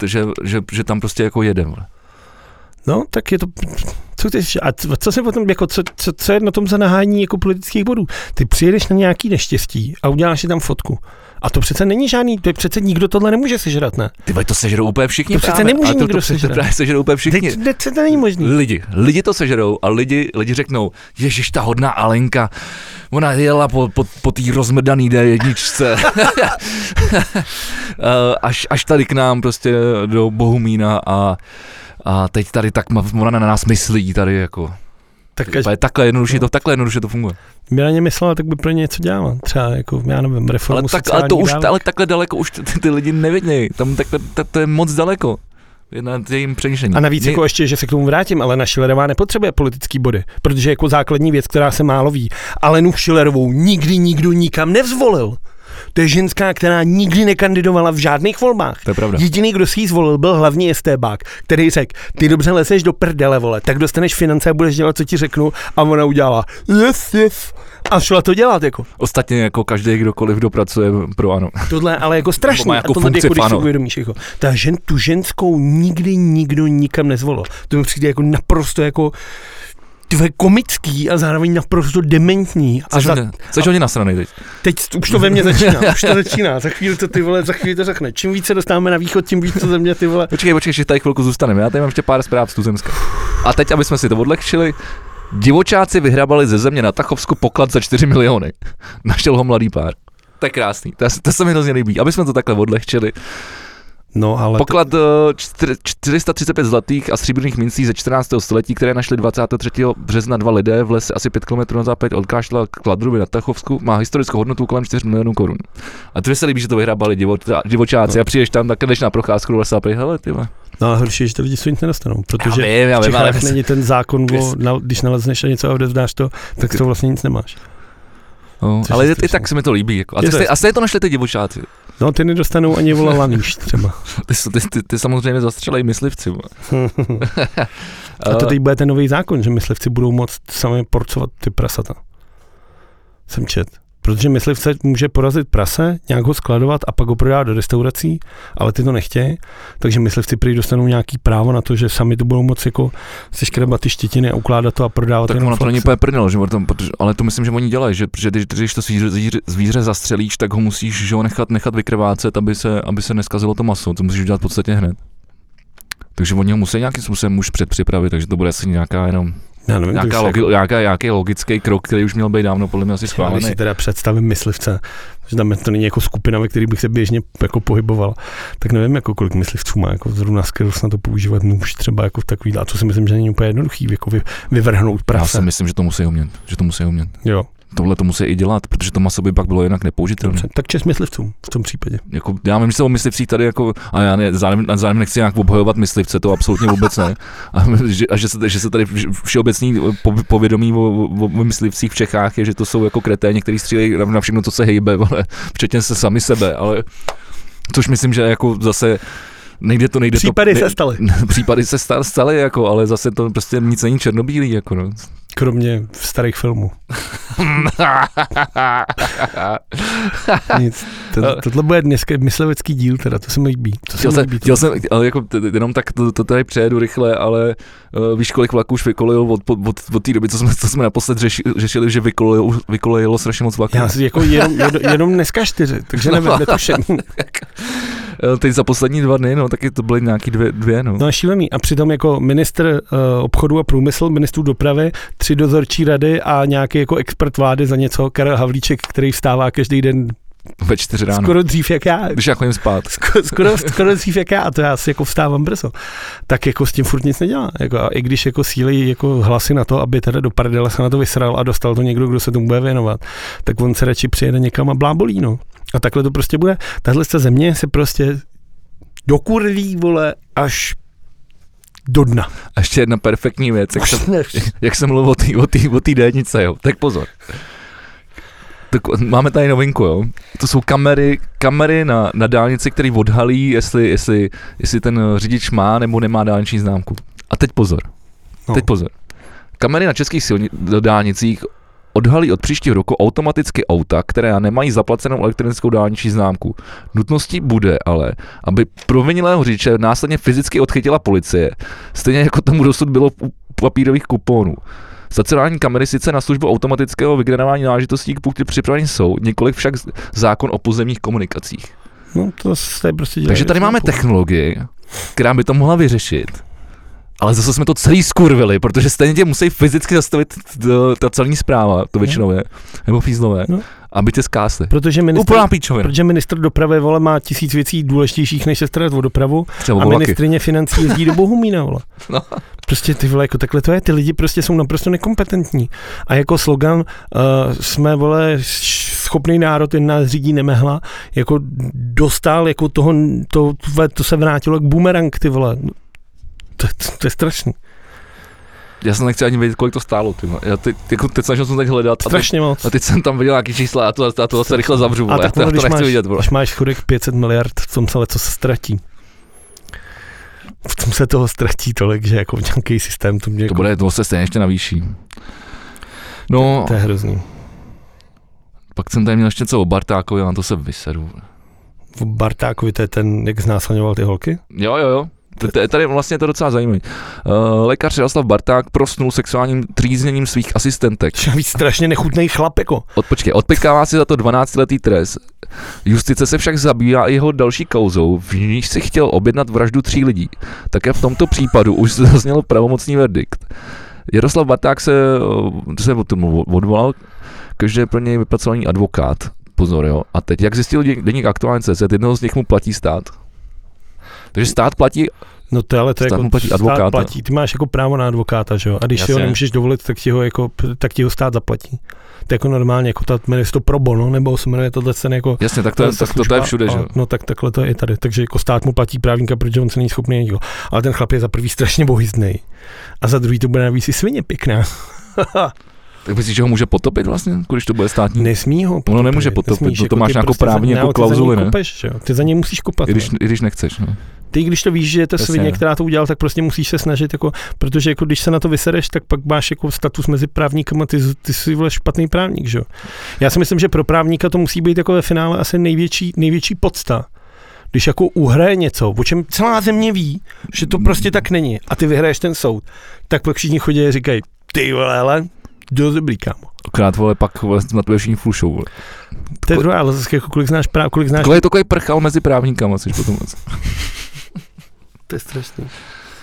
že tam prostě jako jede vole. No, tak je to... Co se potom, jako, co je na tom za nahání jako politických bodů? Ty přijedeš na nějaký neštěstí a uděláš si tam fotku. A to přece není žádný, to přece nikdo tohle nemůže sežrat, ne? Ty to sežerou úplně všichni. To přece nemůže nikdo sežrat. To sežerou úplně všichni. To není možný. Lidi to sežerou a lidi řeknou, ježiš, ta hodná Alenka, ona jela po té rozmrdaný D1, až tady k nám prostě do Bohumína a teď tady tak ona na nás myslí tady jako. Takhle jednoduše to funguje. Kdyby na ně myslela, tak by pro ně něco dělala. Třeba jako, já nevím, reformu ale takhle daleko už ty lidi nevidí. Tam to je moc daleko. Na jejím přemýšlení. A navíc jako ještě, že se k tomu vrátím, ale Schillerová nepotřebuje politický body, protože jako základní věc, která se málo ví, Alenu Schillerovou nikdy nikdo nikam nevzvolil. To je ženská, která nikdy nekandidovala v žádných volbách. To je pravda. Jediný, kdo si ji zvolil, byl hlavní estébák, který řekl, ty dobře leseš do prdele, vole, tak dostaneš finance a budeš dělat, co ti řeknu, a ona udělala yes. A šla to dělat, jako. Ostatně jako každý, kdokoliv, kdo pracuje pro ANO. Tohle ale jako strašný, jako a tohle jako, když si uvědomíš, jako. Tu ženskou nikdy nikdo nikam nezvolil. To mi přijde jako naprosto jako komický a zároveň naprosto dementní. Což hodně nasranej teď. Teď už to ve mně začíná, Za chvíli to řekne. Čím víc se dostáváme na východ, tím víc to ze mě ty vole. Počkej, že tady chvilku zůstaneme. Já tady mám ještě pár zpráv z Tuzemska. A teď, aby jsme si to odlehčili, divočáci vyhrabali ze země na Tachovsku poklad za 4 miliony. Našel ho mladý pár. To je krásný. To se mi hrozně líbí. Aby jsme to takhle odlehčili. No, ale poklad 435 zlatých a stříbrných mincí ze 14. století, které našli 23. března 2 lidé v lese asi 5 km na západ od Káštela k Kladruby na Tachovsku, má historickou hodnotu kolem 4 milionů korun. A to se líbí, že to vyhrabali divočáci a přijdeš tam, tak jdeš na procházku do lesa a hele, ty. No a horší, že to lidi nic nedostanou, protože já vím, ale není ten zákon, když nalezneš a něco a odevzdáš to, tak to vlastně nic nemáš. No, ale i tak se mi to líbí. Jako. A jste to našli ty divočáci? No, ty nedostanou ani volalanýš třeba. Ty samozřejmě zastřelej myslivci. A to teď bude ten nový zákon, že myslivci budou moct sami porcovat ty prasata. Jsem čet. Protože myslivce může porazit prase, nějak ho skladovat a pak ho prodávat do restaurací, ale ty to nechtějí, takže myslivci prý dostanou nějaký právo na to, že sami to budou moct jako seškrebat ty štětiny a ukládat to a prodávat. Tak ono to není úplně prdel, že ale to myslím, že oni dělají, že když to zvíře zastřelíš, tak ho musíš nechat vykrvácet, aby se neskazilo to maso, to musíš dělat v podstatě hned. Takže oni ho musí nějakým způsobem už předpřipravit, takže to bude asi nějaká jenom... Já nevím, nějaký logický krok, který už měl být dávno podle mě asi schválený. Když si teda představím myslivce, že tam to není jako skupina, ve který bych se běžně jako pohyboval, tak nevím, jako kolik myslivců má jako zrovna skills na to používat nůž třeba jako v takový, a to si myslím, že není úplně jednoduchý, jako vyvrhnout prase. Já si myslím, že to musí umět, Jo. Tohle to musí i dělat, protože to maso by pak bylo jinak nepoužitelné. Dobře, tak čest myslivcům v tom případě. Jako, já vím, že se o myslivcích tady jako, a já zároveň nechci nějak obhajovat myslivce, to absolutně vůbec ne. A že se tady všeobecný povědomí o myslivcích v Čechách je, že to jsou jako kreténi, kteří střílejí na všechno, co se hejbe, ale včetně se sami sebe, ale což myslím, že jako zase nejde to. Případy se staly, jako, ale zase to prostě nic není černobílý, jako no. Kromě starých filmů. Nic. Tohle bude dneska myslivecký díl, teda, to se mi líbí. Chtěl jsem, ale jako jenom tak to tady přejedu rychle, ale víš, kolik vlaků už vykolejilo od té doby, co jsme naposled řešili, že vykolejilo strašně moc vlaků. Já si jako jenom dneska 4, takže nevím, netuším. Teď za poslední 2 dny, no, taky to byly nějaký dvě, no. No šílený. A přitom jako ministr obchodu a průmysl, ministrů dopravy, 3 dozorčí rady a nějaký jako expert vlády za něco, Karel Havlíček, který vstává každý den ve 4 ráno. Skoro dřív jak já. Když já chodím spát. Skoro dřív jak já, a to já si jako vstávám brzo. Tak jako s tím furt nic nedělá. Jako, a i když jako sílí jako hlasy na to, aby teda do prdele se na to vysral a dostal to někdo, kdo se tomu bude věnovat, tak on se radši přijede někam a blábolí, no. A takhle to prostě bude. Tahle země se prostě dokurví, vole, až do dna. A ještě jedna perfektní věc, jak jsem mluvil o té D1, jo. Tak pozor. Tak máme tady novinku, jo. To jsou kamery na dálnici, které odhalí, jestli ten řidič má nebo nemá dálniční známku. A teď pozor. Kamery na českých dálnicích odhalí od příštího roku automaticky auta, které nemají zaplacenou elektronickou dálniční známku. Nutností bude ale, aby provinilého řidiče následně fyzicky odchytila policie, stejně jako tomu dosud bylo u papírových kuponů. Stacionární kamery sice na službu automatického vygenerování náležitostí k punktu připravení jsou, několik však zákon o pozemních komunikacích. No to se prostě dělá. Takže tady máme technologii, která by to mohla vyřešit. Ale zase jsme to celý skurvili, protože stejně tě musí fyzicky zastavit ta celní správa, to většinové, nebo fízlové, aby tě zkásli. Protože ministr dopravy, vole, má 1000 věcí důležitějších, než se starat o dopravu. A ministryně financí jezdí do Bohumína, vole. No. Prostě ty vole, jako takhle to je, ty lidi prostě jsou naprosto nekompetentní. A jako slogan jsme, vole, schopný národ, jen nás řídí nemehla, jako dostal, jako to se vrátilo jak bumerang, ty vole. To je strašný. Já jsem nechci ani vědět, kolik to stálo. Já teď snažil jsem teď hledat. Strašně moc. A teď jsem tam viděl nějaký čísla a to zase rychle zavřu. A tak já to nechci vidět. Když máš chudek 500 miliard, v tom se co se ztratí. V tom se toho ztratí tolik, že jako v nějaký systém to mě... To se stejně ještě navýší. No. To je hrozný. Pak jsem tady měl ještě něco o Bartákovi, a na to se vyseru. O Bartákovi, to je ten, jak znásilňoval ty holky? Jo. Tady vlastně je to docela zajímavé. Lékař Jaroslav Barták prosnul sexuálním trýzněním svých asistentek. Strašně nechutný chlap, jako. Odpekává si za to 12letý trest. Justice se však zabývá i jeho další kauzou, v níž si chtěl objednat vraždu 3 lidí. Také v tomto případu už se zazněl pravomocný verdikt. Jaroslav Barták se odvolal, každý pro něj vypracovaný advokát. Pozor, jo. A teď, jak zjistil deník Aktuálně.cz, jednoho z nich mu platí stát. Takže stát platí. No to ale to jako stát platí. Ty máš jako právo na advokáta, že jo? A když si ho nemůžeš dovolit, tak ti ho stát zaplatí. To je jako normálně, jako to jmenuje to pro bono, nebo se jmenuje tohle ten jako... Jasně, tak to je všude, že jo? No tak takhle to je i tady. Takže jako stát mu platí právníka, protože on se není schopný někoho. Ale ten chlap je za prvý strašně bohyzdnej. A za druhý to bude navíc i svině pěkná. Tak myslíš, že ho může potopit vlastně, když to bude státní? Nesmí ho potopit. Ono nemůže potopit, to máš nějakou právní jako klauzuli, ne? Ty za něj musíš kopat. I když nechceš, no. Ty, když to víš, že je to svině, která to udělal, tak prostě musíš se snažit, jako, protože jako, když se na to vysereš, tak pak máš jako status mezi právníkama, ty jsi vole špatný právník, že jo. Já si myslím, že pro právníka to musí být jako ve finále asi největší podsta. Když jako uhraje něco, o čem celá země ví, že to prostě tak není a ty vyhraješ ten soud, tak pak všichni chodí a říkají, ty vole, hele, dost dobrý, kámo. Akorát, vole, pak vole, na tvoje všichni fušou, vole. To je druhá, ale zase jako kolik znáš práv, kolik je takový prchal mezi právníkama, což potom moc. To je strašný.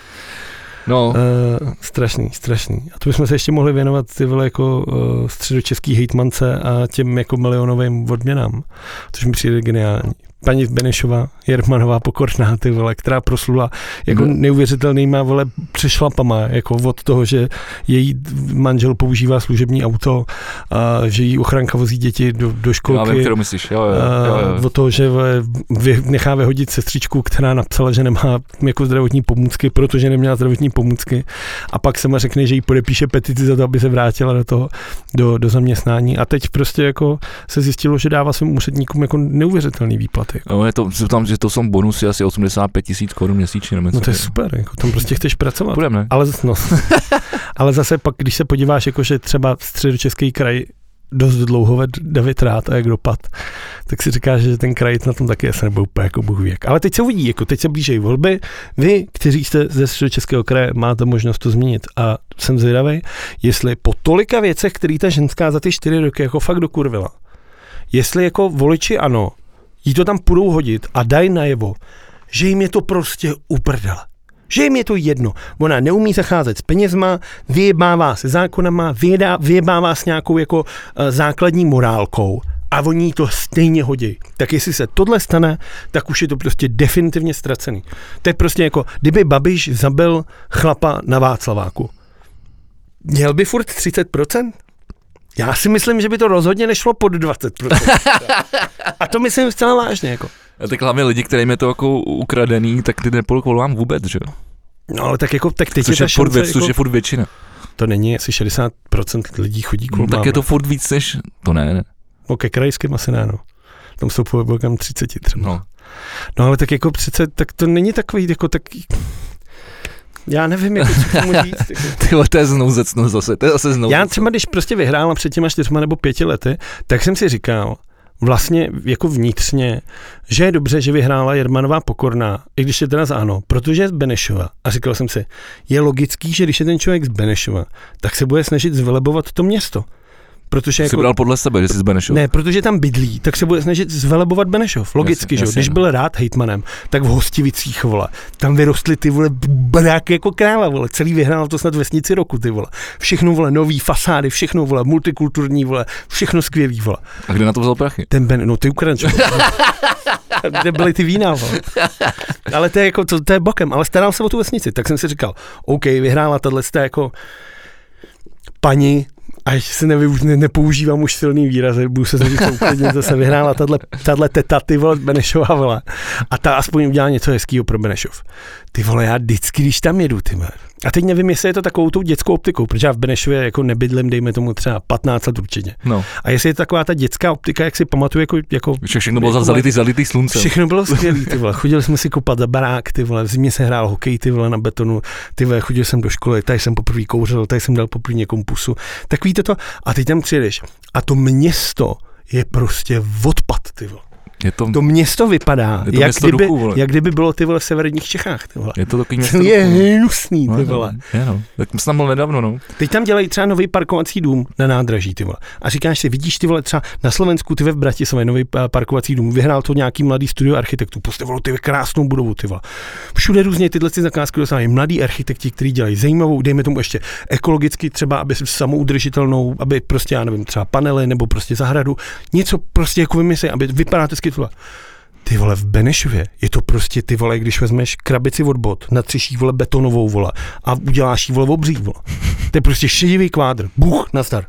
No. Strašný. A to bychom se ještě mohli věnovat ty vole jako středočeský hejtmance a těm jako milionovým odměnám, což mi přijde geniální. Paní Benešová, Jermanová Pokorná, ty vole, která proslula jako neuvěřitelnýma vole přešlapama, jako od toho, že její manžel používá služební auto, a že jí ochranka vozí děti do školky. Já vím, kterou myslíš, jo. Od toho, že nechá vyhodit sestřičku, která napsala, že nemá jako zdravotní pomůcky, protože neměla zdravotní pomůcky, a pak se mu řekne, že jí podepíše petici za to, aby se vrátila do toho, do zaměstnání. A teď prostě jako se zjistilo, že dává svým úředníkům jako neuvěřitelný výplaty. No, že to jsou bonusy asi 85 000 korun měsíčně. No to je super, jako tam prostě chceš pracovat. Budeme, ne? Ale zase pak, když se podíváš, jako že třeba Středočeský kraj dost dlouho ved David Rath a jak dopad, tak si říkáš, že ten kraj na tom taky asi nebyl úplně jako bůh věk. Ale teď se uvidí, jako teď se blížejí volby. Vy, kteří jste ze Středočeského kraje, máte možnost to změnit a jsem zvědavý, jestli po tolika věcech, který ta ženská za ty 4 roky jako fakt dokurvila, jestli jako voliči ANO jí to tam půjdou hodit a dají najevo, že jim je to prostě uprdele. Že jim je to jedno. Ona neumí zacházet s penězma, vyjebává se zákonama, vyjebává s nějakou jako základní morálkou a oni jí to stejně hodí. Tak jestli se tohle stane, tak už je to prostě definitivně ztracený. To je prostě jako, kdyby Babiš zabil chlapa na Václaváku. Měl by furt 30%? Já si myslím, že by to rozhodně nešlo pod 20%. A to myslím zcela vážně. Jako. A tak hlavně lidi, kterým je to jako ukradený, tak ty nepolkolám vůbec, že jo? No ale tak jako, tak teď což je ta šance, což je furt většina. To není, asi 60% lidí chodí kolem. Tak je to furt víc než, to ne. No ke krajským asi ne, no. Tam jsou pohybem 30 třeba. No ale tak jako přece, tak to není takový, jako tak... Já nevím, jak to tomu říct. Tyhle, to je znouzecnost zase, to je zase znouzecnost. Já třeba, když prostě vyhrála před těma 4 nebo 5 lety, tak jsem si říkal, vlastně jako vnitřně, že je dobře, že vyhrála Jermanová Pokorná, i když je teda z ANO, protože je z Benešova. A říkal jsem si, je logický, že když je ten člověk z Benešova, tak se bude snažit zvelebovat to město. Protože jsi jako, bral podle sebe, že jsi z Benešova. Ne, protože tam bydlí, tak se bude snažit zvelebovat Benešov. Logicky, že jo. Když byl rád hejtmanem, tak v Hostivicích, vole, tam vyrostly ty vole bráky jako kráva, vole. Celý vyhrál to snad vesnici roku, ty vole. Všechno, vole, nový fasády, všechno, vole, multikulturní, vole, všechno skvělý, vole. A kde na to vzal prachy? No ty Ukrajinčo. Kde byly ty vína, vole. Ale to je jako, to je bokem, ale staral se o tu vesnici, tak jsem si říkal, OK, vyhrála tato jako paní, a ještě se nepoužívám už silný výrazy, budu se snažit úplně zase vyhrála tahle teta, ty vole, Benešova, vole. A ta aspoň udělá něco hezkýho pro Benešov. Ty vole, já vždycky, když tam jedu, ty vole. A teď nevím, jestli je to takovou tou dětskou optikou, protože já v Benešově jako nebydlím, dejme tomu třeba 15 let určitě. No. A jestli je to taková ta dětská optika, jak si pamatuju, jako všechno bylo zalitý sluncem. Všechno bylo skvělý, ty vole. Chodili jsme si kopat za barák, ty vole. V zimě se hrál hokej, ty vole, na betonu. Ty vole, chodil jsem do školy, tady jsem poprvé kouřil, tady jsem dal poprvé někomu pusu. Tak víte to, a teď tam přijedeš. A to město je prostě odpad, ty vole. To město vypadá, jak kdyby bylo ty vole v severních Čechách, ty vole. Je to takový město. Je hnusný, ty vole. No. Tak jsem tam byl nedávno, no. Teď tam dělají třeba nový parkovací dům na nádraží, ty vole. A říkáš si, vidíš ty vole třeba na Slovensku, ty v Bratislavě nový parkovací dům, vyhrál to nějaký mladý studio architektů, postavilo ty krásnou budovu, ty vole. Všude různě tyhle zakázky dosávají mladí architekti, kteří dělají zajímavou, dejme tomu ještě ekologicky třeba, aby samoudržitelnou, aby prostě já nevím, třeba panely nebo prostě zahradu, něco prostě jako vymyslí, aby vypadá ty vole, v Benešově je to prostě, ty vole, když vezmeš krabici od bot, natřešíš, vole, betonovou, vole, a uděláš jí, vole, obří, vole. To je prostě šedivý kvádr. Buch, nazdar.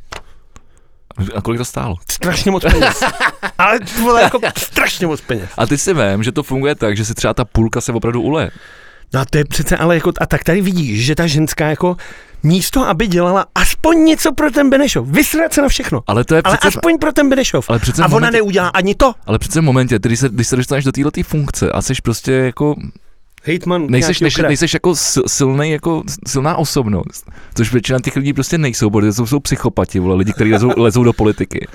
A kolik to stálo? Strašně moc peněz. Ale vole, jako strašně moc peněz. A ty si vím, že to funguje tak, že si třeba ta půlka se opravdu uleje. No a to je přece, ale jako, a tak tady vidíš, že ta ženská jako místo, aby dělala aspoň něco pro ten Benešov. Vysrat se na všechno. Ale to je přece, ale aspoň pro ten Benešov. Ale přece a ona neudělá ani to. Ale přece v momentě, když se dostaneš do této funkce a seš prostě jako hejtman, nejseš jako silnej, jako silná osobnost, což většina těch lidí prostě nejsou, protože jsou psychopati, vole, lidi, kteří lezou do politiky.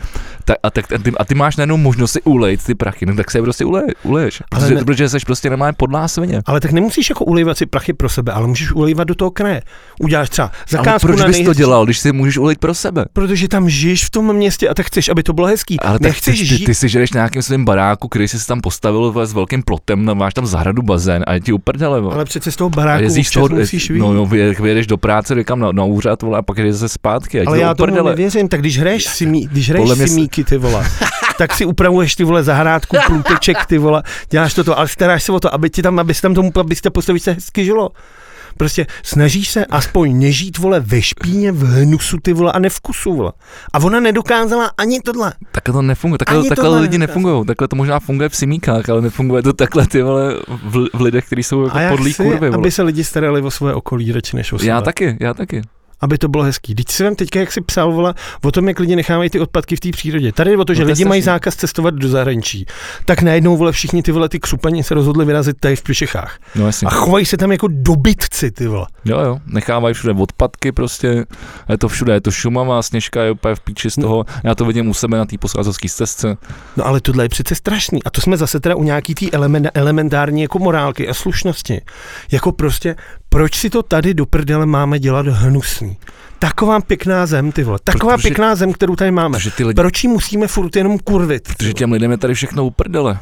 A ty máš najednou možnost si ulejt ty prachy, no tak se je prostě uleješ. Protože jsi prostě nemá podlá svině. Ale tak nemusíš jako ulejvat si prachy pro sebe, ale můžeš ulejvat do toho kraje. Uděláš třeba zakázku. Ale proč bys to dělal, když si můžeš ulejt pro sebe? Protože tam žiješ v tom městě a tak chceš, aby to bylo hezký. Ale ty si žiješ na nějakém svém baráku, který jsi tam postavil s velkým plotem, máš tam zahradu, bazén a je ti uprdele. Ale přece z toho baráku musíš vyjít. No, vyjedeš do práce, někam na úřad, vole, a pak jdeš zase zpátky. Ale já tomu nevěřím, tak když hraješ simíky, ty vole, tak si upravuješ ty vole zahrádku, průteček, ty vole, děláš toto, ale staráš se o to, abyste postavit se hezky žilo. Prostě snažíš se aspoň nežít, vole, ve špíně, v hnusu, ty vole, a nevkusu, vole. A ona nedokázala ani tohle. Takhle to nefunguje, takhle lidi nefungují. Takhle to možná funguje v simíkách, ale nefunguje to takhle, ty vole, v lidech, kteří jsou jako podlí kurvy, vole. Aby se lidi starali o svoje okolí radši než o sebe. Já taky. Aby to bylo hezký. Teď si vem teďka, jak si psal, vole, o tom, jak lidi nechávají ty odpadky v té přírodě. Tady je o to, že lidi mají zákaz cestovat do zahraničí. Tak najednou, vole, všichni ty vole, ty křupani se rozhodli vyrazit tady v Čechách. No, jasně. A chovají se tam jako dobytci, ty vole. Jo, nechávají všude odpadky prostě. Je to všude, je to Šumava, Sněžka je úplně v píči z toho. Já to vidím u sebe na té posázovské stezce. No ale tohle je přece strašný. A to jsme zase teda u nějaký té elementární jako morálky a slušnosti. Jako prostě, proč si to tady do prdele máme dělat hnusný? Taková pěkná zem, ty vole. Pěkná zem, kterou tady máme. Proč ji musíme furt jenom kurvit? Protože těm lidem je tady všechno uprdele.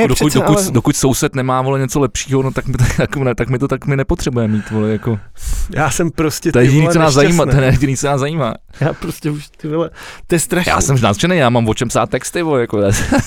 Dokud soused nemá, vole, něco lepšího, no tak my nepotřebujeme mít, vole, jako. Já jsem prostě, to je jediný, co nás zajímá. Já prostě už, ty vole, to je strašný. Já jsem nadšený, já mám o čem psát texty, vole, jako.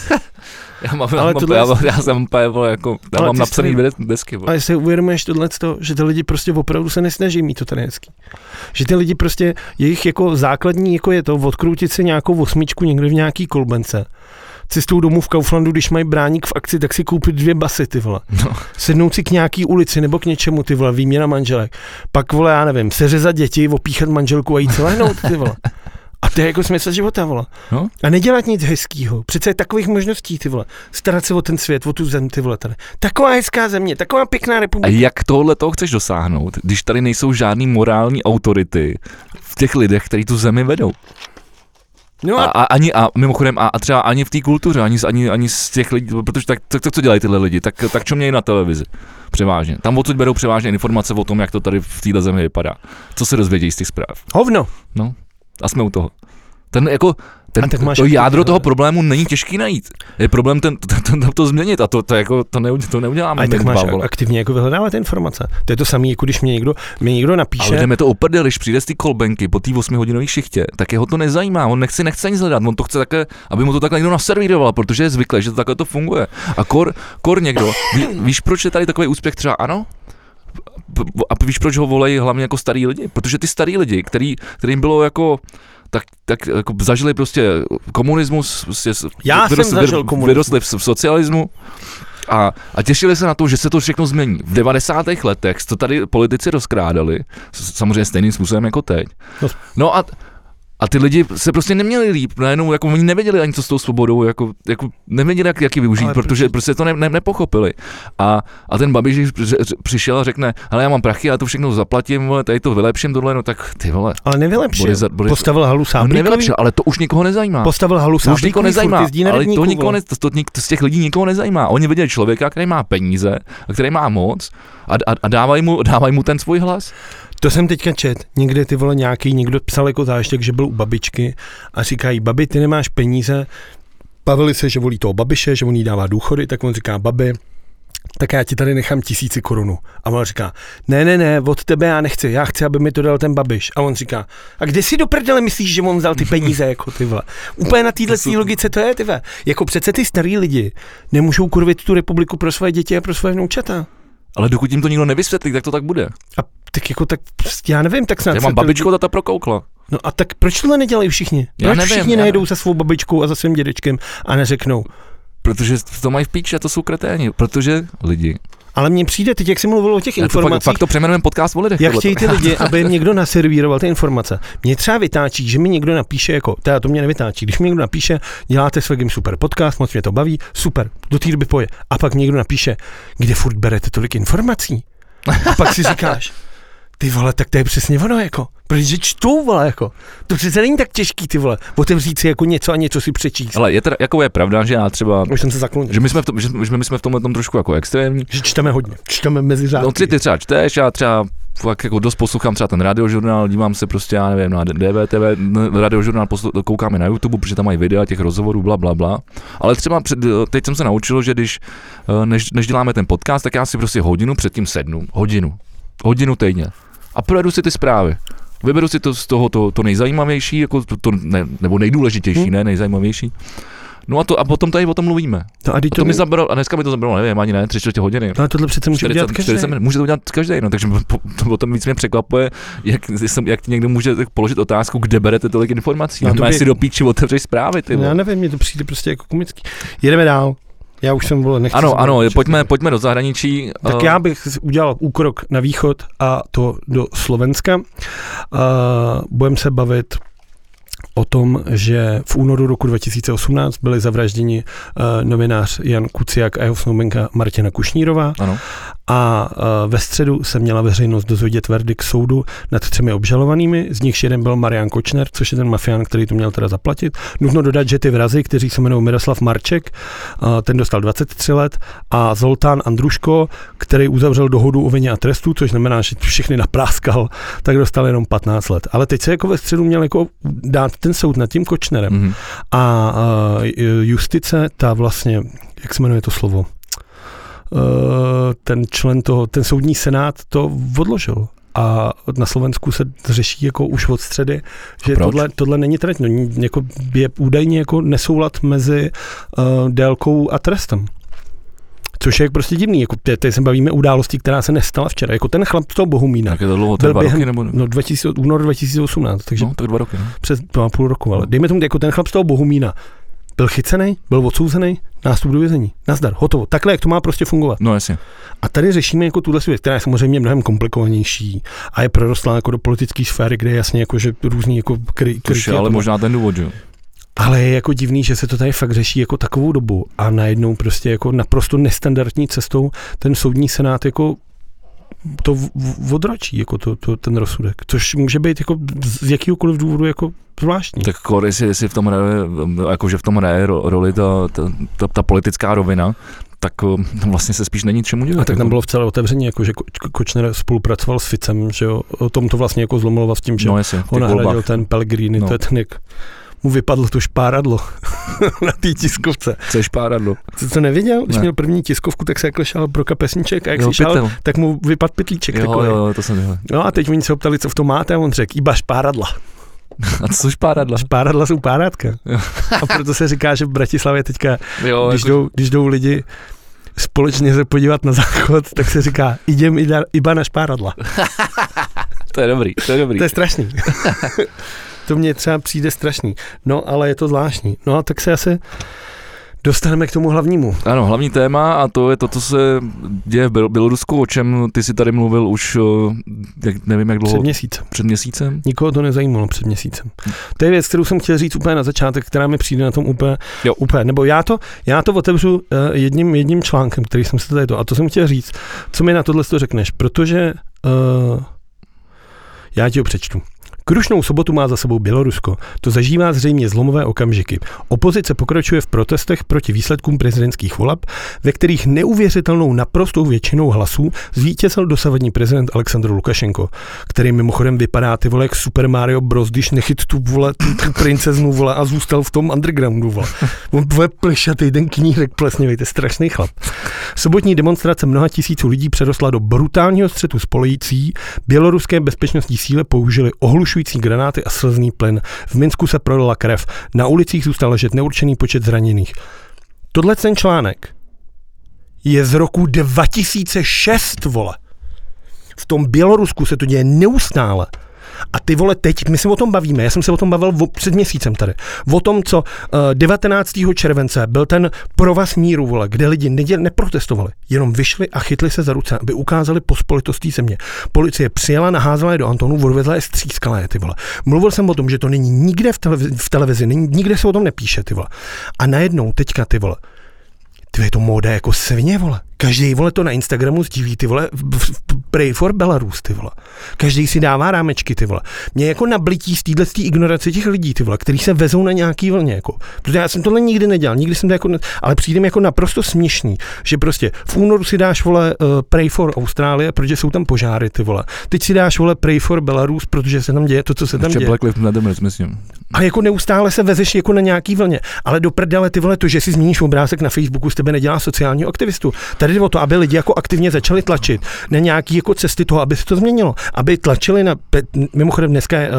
Já jsem mám napsaný desky. Bo. Ale si uvědomuješ tohleto, že ty lidi prostě opravdu se nesnaží mít to tady hezký. Že ty lidi prostě, jejich jako základní jako je to odkroutit si nějakou osmičku někde v nějaký kolbence. Cestou domů v Kauflandu, když mají bráník v akci, tak si koupit 2 basy, ty vole. No. Sednout si k nějaký ulici nebo k něčemu, ty vole, výměna manželek. Pak, vole, já nevím, seřezat děti, opíchat manželku a jít se lehnout, ty vole. A to je jako smysl života, vole. No? A nedělat nic hezkýho. Přece je takových možností, ty vole. Starat se o ten svět, o tu zem, ty vole, tady. Taková hezká země, taková pěkná republika. A jak tohle toho chceš dosáhnout, když tady nejsou žádný morální autority v těch lidech, kteří tu zemi vedou? No a mimochodem, a třeba ani v té kultuře, ani z těch lidí, protože tak co dělají tyhle lidi, tak čo mějí na televizi? Převážně. Tam odsud berou převážně informace o tom, jak to tady v téhle zemi vypadá. Co se dozvědějí z těch zpráv? Hovno. No. A jsme u toho. To jádro toho problému není těžký najít. Je problém to změnit a to neuděláme. A tak máš aktivně jako vyhledávat informace. To je to samé, jako když mě někdo napíše. Ale jdeme to oprdel, když přijde z té kolbenky po té 8hodinové šichtě, tak jeho to nezajímá. On nechce nic hledat. On to chce také, aby mu to takhle někdo naservíroval, protože je zvyklý, že to takhle to funguje. A kor někdo. Víš, proč je tady takový úspěch třeba ANO? A víš, proč ho volají hlavně jako starý lidi? Protože ty starý lidi, kterým bylo jako tak jako zažili prostě komunismus, vyrostli v socialismu a těšili se na to, že se to všechno změní. V 90. letech to tady politici rozkrádali, samozřejmě stejným způsobem jako teď. No a ty lidi se prostě neměli líp, najednou jako oni nevěděli ani co s tou svobodou, jako nevěděli, jak ji využít, protože prostě to nepochopili. A ten Babiš přišel a řekne, hele, já mám prachy, já to všechno zaplatím, vole, tady to vylepším, tohle, no tak ty vole. Ale nevylepšil, postavil halu Sáblíkovi. Nevylepšil, ale to už nikoho nezajímá. Postavil halu Sáblíkovi, ale to z těch lidí nikoho nezajímá. Oni viděli člověka, který má peníze, a který má moc a dávají mu ten svůj hlas. To jsem teďka čet, někde ty vole někdo psal jako záštěk, že byl u babičky a říkají, babi, ty nemáš peníze, bavili se, že volí toho Babiše, že on jí dává důchody, tak on říká, babi, tak já ti tady nechám 1000 korun. A on říká, ne, od tebe já nechci, já chci, aby mi to dal ten Babiš. A on říká, a kde si do prdele myslíš, že on vzal ty peníze, jako ty vole? Úplně na téhle logice to je, ty vole. Jako přece ty starý lidi nemůžou kurvit tu republiku pro své děti a pro své vnoučata. Ale dokud jim to nikdo nevysvětlí, tak to tak bude. A tak já nevím, tak snad. Já mám babičku, ta prokoukla. No a tak proč tohle nedělají všichni? Proč všichni nejedou za svou babičkou a za svým dědečkem a neřeknou? Protože to mají v píči a to jsou kreténi, protože lidi. Ale mně přijde teď, jak jsi mluvil o těch informacích. Fakt to přejmenujeme podcast o lidech. Jak chtějí ty lidi, aby jim někdo naservíroval ty informace. Mě třeba vytáčí, že mi někdo napíše, jako, to mě nevytáčí, když mi někdo napíše, děláte s Vegem super podcast, moc mě to baví, super, do té doby poje. A pak někdo napíše, kde furt berete tolik informací? A pak si říkáš, Ty vole, tak to je přesně ono, jako. Protože čtou, vole, jako. To přece není tak těžký, ty vole. Otevřít si jako něco a něco si přečíst. Ale je teda, jako je pravda, že já třeba... Už jsem se zaklonil. Že my jsme v tomhle tom trošku jako extrémní. Že čteme hodně. Čteme mezi řádky. No ty třeba čteš, já třeba fakt jako dost poslouchám třeba ten radiožurnál, dívám se prostě, já nevím, na DVTV, radiožurnál koukáme na YouTube, protože tam mají videa těch rozhovorů, bla, bla, bla. Ale třeba teď jsem se naučil, že když, než děláme ten podcast, tak já si prostě hodinu předtím sednu. Hodinu týdně. A projedu si ty zprávy. Vyberu si to z toho to nejzajímavější, jako nebo nejdůležitější, ne nejzajímavější. No a potom tady o tom mluvíme. No a to mi zabralo, a dneska mi to zabralo, nevím, ani ne, 3/4 hodiny. No a tohle přece může udělat každý. Může to udělat každý, no, takže o tom víc mě překvapuje, jak ti někdo může položit otázku, kde berete tolik informací. No, máš si do píči, otevřeš zprávy, ty. Já nevím, mně to přijde prostě jako komický. Jedeme dál. Já už jsem nechci. Ano, pojďme do zahraničí. Tak já bych udělal úkrok na východ a to do Slovenska. Budeme se bavit o tom, že v únoru roku 2018 byli zavražděni novinář Jan Kuciak a jeho snoubenka Martina Kušnírová. Ano. A ve středu se měla veřejnost dozvědět verdikt soudu nad 3 obžalovanými, z nichž jeden byl Marian Kočner, což je ten mafián, který to měl teda zaplatit. Nutno dodat, že ty vrazi, kteří se jmenují Miroslav Marček, ten dostal 23 let, a Zoltán Andruško, který uzavřel dohodu o vině a trestu, což znamená, že všechny napráskal, tak dostal jenom 15 let. Ale teď se jako ve středu měl jako dát ten soud nad tím Kočnerem. Mm-hmm. A justice, ta vlastně, jak se jmenuje to slovo? Ten soudní senát to odložil. A na Slovensku se řeší jako už od středy, že tohle není trestno. Jako je údajně jako nesoulad mezi délkou a trestem. Což je prostě divný. Jako teď se bavíme o události, která se nestala včera. Jako ten chlap z toho Bohumína. Tak je to dlouho, to 2 roky nebo? No, únor 2018. Takže no, tak 2 roky. Ne? Přes 2,5 roku. Ale dejme tomu, jako ten chlap z toho Bohumína byl chycený, byl odsouzený, nástup do vězení. Nazdar, hotovo. Takhle, jak to má prostě fungovat. No jasně. A tady řešíme jako tuhle věc, která je samozřejmě mnohem komplikovanější a je prorostlá jako do politické sféry, kde je jasně jako, že různý jako krytí. Ale možná ten důvod, jo. Ale je jako divný, že se to tady fakt řeší jako takovou dobu a najednou prostě jako naprosto nestandardní cestou ten soudní senát jako to odročí, jako ten rozsudek, což může být jako z jakýhokoliv důvodu jako zvláštní. Tak jestli v tom hraje, jakože v tom hraje roli ta politická rovina, tak vlastně se spíš není čemu dělat. A tak tam bylo v celé otevření, jako že Kočner spolupracoval s Ficem, že jo, o tom to vlastně jako zlomilo s tím, že on nahradil ten Pellegrini, to je ten, jak mu vypadlo to špáradlo na té tiskovce. Co je špáradlo? Jsi to neviděl? Když měl první tiskovku, tak se jako šel pro kapesníček a jak si šel, tak mu vypadl pytlíček takový. Jo, to jsem viděl. No a teď oni se ho ptali, co v tom máte, a on řekl, iba špáradla. A co jsou špáradla? Špáradla jsou párátka. A proto se říká, že v Bratislavě teďka, když jdou lidi společně se podívat na záchod, tak se říká, idem iba na špáradla. To je dobrý. To je strašný. To mně třeba přijde strašný. No, ale je to zvláštní. No a tak se asi dostaneme k tomu hlavnímu. Ano, hlavní téma, a to je to, co se děje v Bělorusku, o čem ty si tady mluvil už, nevím jak dlouho. Před měsícem? Nikoho to nezajímalo před měsícem. To je věc, kterou jsem chtěl říct úplně na začátek, která mi přijde na tom úplně. Nebo já to otevřu jedním článkem, který jsem si tady to. A to jsem chtěl říct, co mi na tohle řekneš, protože já ti ho přečtu. Krušnou sobotu má za sebou Bělorusko. To zažívá zřejmě zlomové okamžiky. Opozice pokračuje v protestech proti výsledkům prezidentských voleb, ve kterých neuvěřitelnou naprostou většinou hlasů zvítězil dosavadní prezident Alexandr Lukašenko, který mimochodem vypadá ty vole jak Super Mario Bros, když nechyt tu princeznu vole a zůstal v tom undergroundu vole. On bude plešatý, ten knížek plesnivý, to je strašný chlap. Sobotní demonstrace mnoha tisíců lidí přerostla do brutálního střetu s policií. Běloruské bezpečnostní síly použily ohlušující granáty a slzný plyn. V Minsku se prolila krev. Na ulicích zůstal ležet neurčený počet zraněných. Tohle ten článek je z roku 2006, vole. V tom Bělorusku se to děje neustále. A ty vole, teď my se o tom bavíme, já jsem se o tom bavil před měsícem tady. O tom, co 19. července byl ten provaz míru, vole, kde lidi neprotestovali, jenom vyšli a chytli se za ruce, aby ukázali pospolitost té země. Policie přijela, naházela je do Antonu, odvezla je, střískala je, ty vole. Mluvil jsem o tom, že to není nikde v televizi, nikde se o tom nepíše, ty vole. A najednou teďka, ty vole, ty je to móda jako svině, vole. Každý, vole, to na Instagramu sdílí, ty vole, pray for Belarus, ty vole. Každý si dává rámečky, ty vole. Mě jako nablití z této ignorace těch lidí, ty vole, kteří se vezou na nějaký vlně, jako. Protože já jsem tohle nikdy nedělal, nikdy jsem to jako, ale přijde mi jako naprosto směšný, že prostě v únoru si dáš, vole, pray for Austrálie, protože jsou tam požáry, ty vole. Teď si dáš, vole, pray for Belarus, protože se tam děje to, co se tam děje. Black Lives Matter, myslím. A jako neustále se vezeš jako na nějaký vlně, ale do prdele, ty vole, to, že si změníš obrázek na Facebooku, z tebe nedělá sociálního aktivistu. Tady jde o to, aby lidi jako aktivně začali tlačit na nějaký jako cesty toho, aby se to změnilo, aby tlačili na, mimochodem dneska je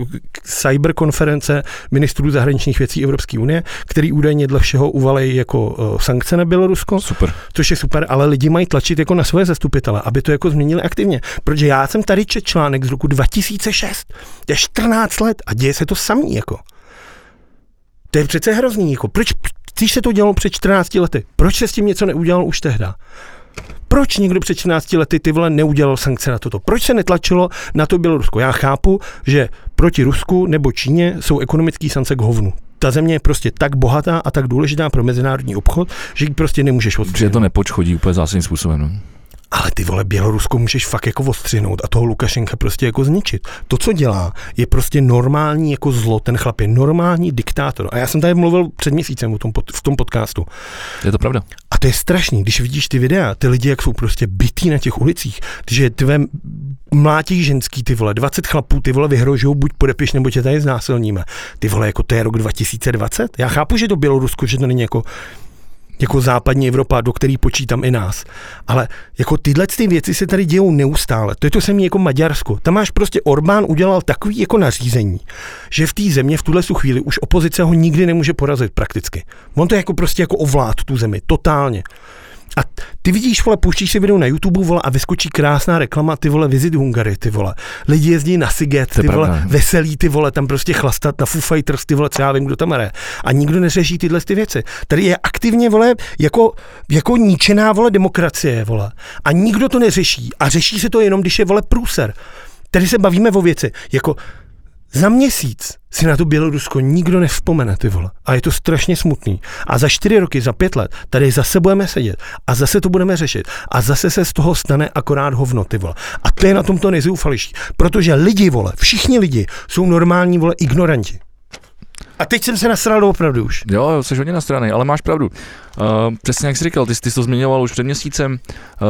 cyberkonference ministrů zahraničních věcí Evropské unie, který údajně dle všeho uvalejí jako sankce na Bělorusko. Super. Což je super, ale lidi mají tlačit jako na svoje zastupitele, aby to jako změnili aktivně. Protože já jsem tady četl článek z roku 2006, to je 14 let a děje se to samý jako. To je přece hrozný, jako proč se to dělalo před 14 lety? Proč se s tím něco neudělalo už tehda? Proč někdo před 14 lety ty vole neudělal sankce na toto? Proč se netlačilo na to Bělorusko? Já chápu, že proti Rusku nebo Číně jsou ekonomické sankce k hovnu. Ta země je prostě tak bohatá a tak důležitá pro mezinárodní obchod, že ji prostě nemůžeš odstřihnout. Že to nepočchodí úplně zásadním způsobem, no. Ale ty vole, Bělorusko můžeš fakt jako odstřihnout a toho Lukašenka prostě jako zničit. To, co dělá, je prostě normální jako zlo. Ten chlap je normální diktátor. A já jsem tady mluvil před měsícem v tom podcastu. Je to pravda. A to je strašný, když vidíš ty videa, ty lidi, jak jsou prostě bitý na těch ulicích, že ty mlátí ženský, ty vole, 20 chlapů, ty vole, vyhrožují, buď podepiš, nebo tě tady znásilníme. Ty vole, jako to je rok 2020? Já chápu, že to Bělorusko, že to není jako západní Evropa, do který počítám i nás. Ale jako tyhle ty věci se tady dějou neustále. To je to samé jako Maďarsko. Tam máš prostě Orbán udělal takový jako nařízení, že v té země v tuhle chvíli už opozice ho nikdy nemůže porazit prakticky. On to jako prostě jako ovlád tu zemi, totálně. A ty vidíš, vole, pouštíš si video na YouTube, vole, a vyskočí krásná reklama, ty vole, Visit Hungary, ty vole. Lidi jezdí na Siget, ty vole, veselí, ty vole, tam prostě chlastat na Foo Fighters, ty vole, co já vím, kdo tam hraje. A nikdo neřeší tyhle ty věci. Tady je aktivně, vole, jako ničená, vole, demokracie, vole. A nikdo to neřeší. A řeší se to jenom, když je, vole, průser. Tady se bavíme o věci, jako za měsíc si na to Bělorusko nikdo nevzpomene, ty vole. A je to strašně smutný. A za 4 roky, za 5 let, tady zase budeme sedět a zase to budeme řešit. A zase se z toho stane akorát hovno, ty vole. A to je na tomto nejzoufalejší. Protože lidi, vole, všichni lidi jsou normální, vole, ignoranti. A teď jsem se nasral opravdu už. Jo, jsi hodně nasranej, ale máš pravdu. Přesně jak jsi říkal, ty jsi to zmiňoval už před měsícem.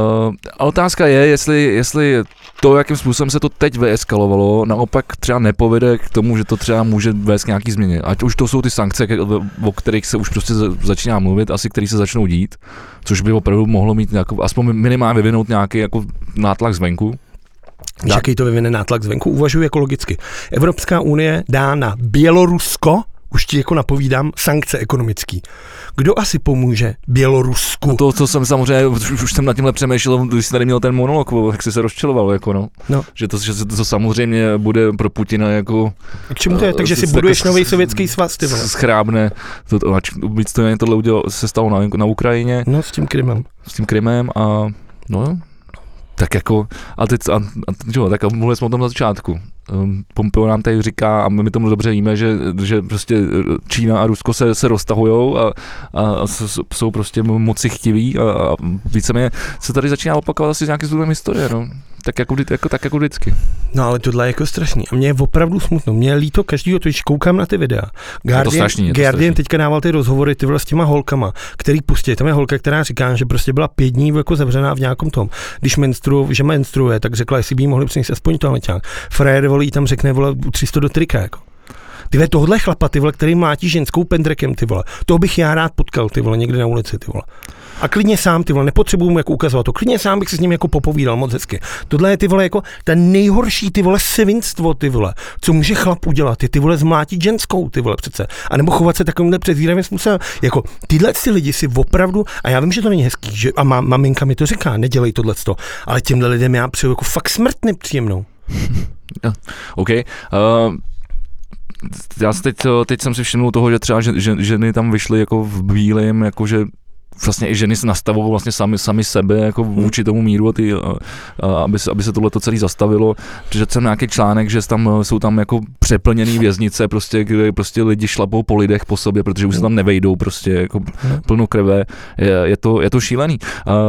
A otázka je, jestli to, jakým způsobem se to teď vyeskalovalo, naopak třeba nepovede k tomu, že to třeba může vést k nějaký změně. Ať už to jsou ty sankce, o kterých se už prostě začíná mluvit, asi který se začnou dít, což by opravdu mohlo mít nějakou, aspoň minimálně vyvinout nějaký jako nátlak zvenku. Víš, jaký to vyvine nátlak zvenku? Uvažuji jako logicky. Evropská unie dá na Bělorusko, už ti jako napovídám, sankce ekonomický. Kdo asi pomůže Bělorusku? No to, co jsem samozřejmě, už jsem nad tímhle přemýšlel, když jsi tady měl ten monolog, jak jsi se rozčiloval, jako no. Že to samozřejmě bude pro Putina jako... A k čemu to je? Takže si buduješ nový sovětský svaz, ty vole. Schrábne, víc to tohle se stalo na Ukrajině. No, s tím Krymem. A no, tak jako, tak mluvili jsme o tom na začátku. Pompeo nám tady říká, a my tomu dobře víme, že prostě Čína a Rusko se roztahujou a jsou prostě moci chtiví a víceméně se tady začíná opakovat asi nějaký způsobem historie, no. Tak jako vždycky. No ale tohle je jako strašný. A mě je opravdu smutno. Mě je líto každýho, když koukám na ty videa. Guardian teďka dával ty rozhovory ty s těma holkama, který pustí. Tam je holka, která říká, že prostě byla 5 dní jako zavřená v nějakom tom. Když menstruuje, tak řekla, jestli by jí mohli přinést aspoň toaleťák. Frajer, vole, jí tam řekne, vole, 300 do trika, jako. Ty vole, tohle chlapa, ty vole, který mlátí ženskou pendrekem, ty vole. Toho bych já rád potkal, ty vole, někde na ulici, ty vole. A klidně sám, ty vole, nepotřebuji mu jako ukazovat to. Klidně sám bych si s ním jako popovídal moc hezky. Tohle je, ty vole, jako ten nejhorší, ty vole, svinstvo, ty vole. Co může chlap udělat? Ty vole, zmlátit ženskou, ty vole, přece. A nebo chovat se takovýmhle přezíravým způsobem. Jako tyhle ty lidi si opravdu, a já vím, že to není hezký, že a maminka mi to říká, nedělej tohleto, ale těmhle lidem já přeju jako fakt smrt nepříjemnou. OK. Já teď jsem si všimnul toho, že třeba ženy tam vyšly jako v bílém, jakože vlastně i ženy se nastavují vlastně sami sebe jako vůči tomu míru aby se tohle celé zastavilo. Protože jsem nějaký článek, že jsou tam jako přeplněný věznice, prostě, kde prostě lidi šlapou po lidech po sobě, protože už se tam nevejdou prostě jako plno krve. Je to šílený.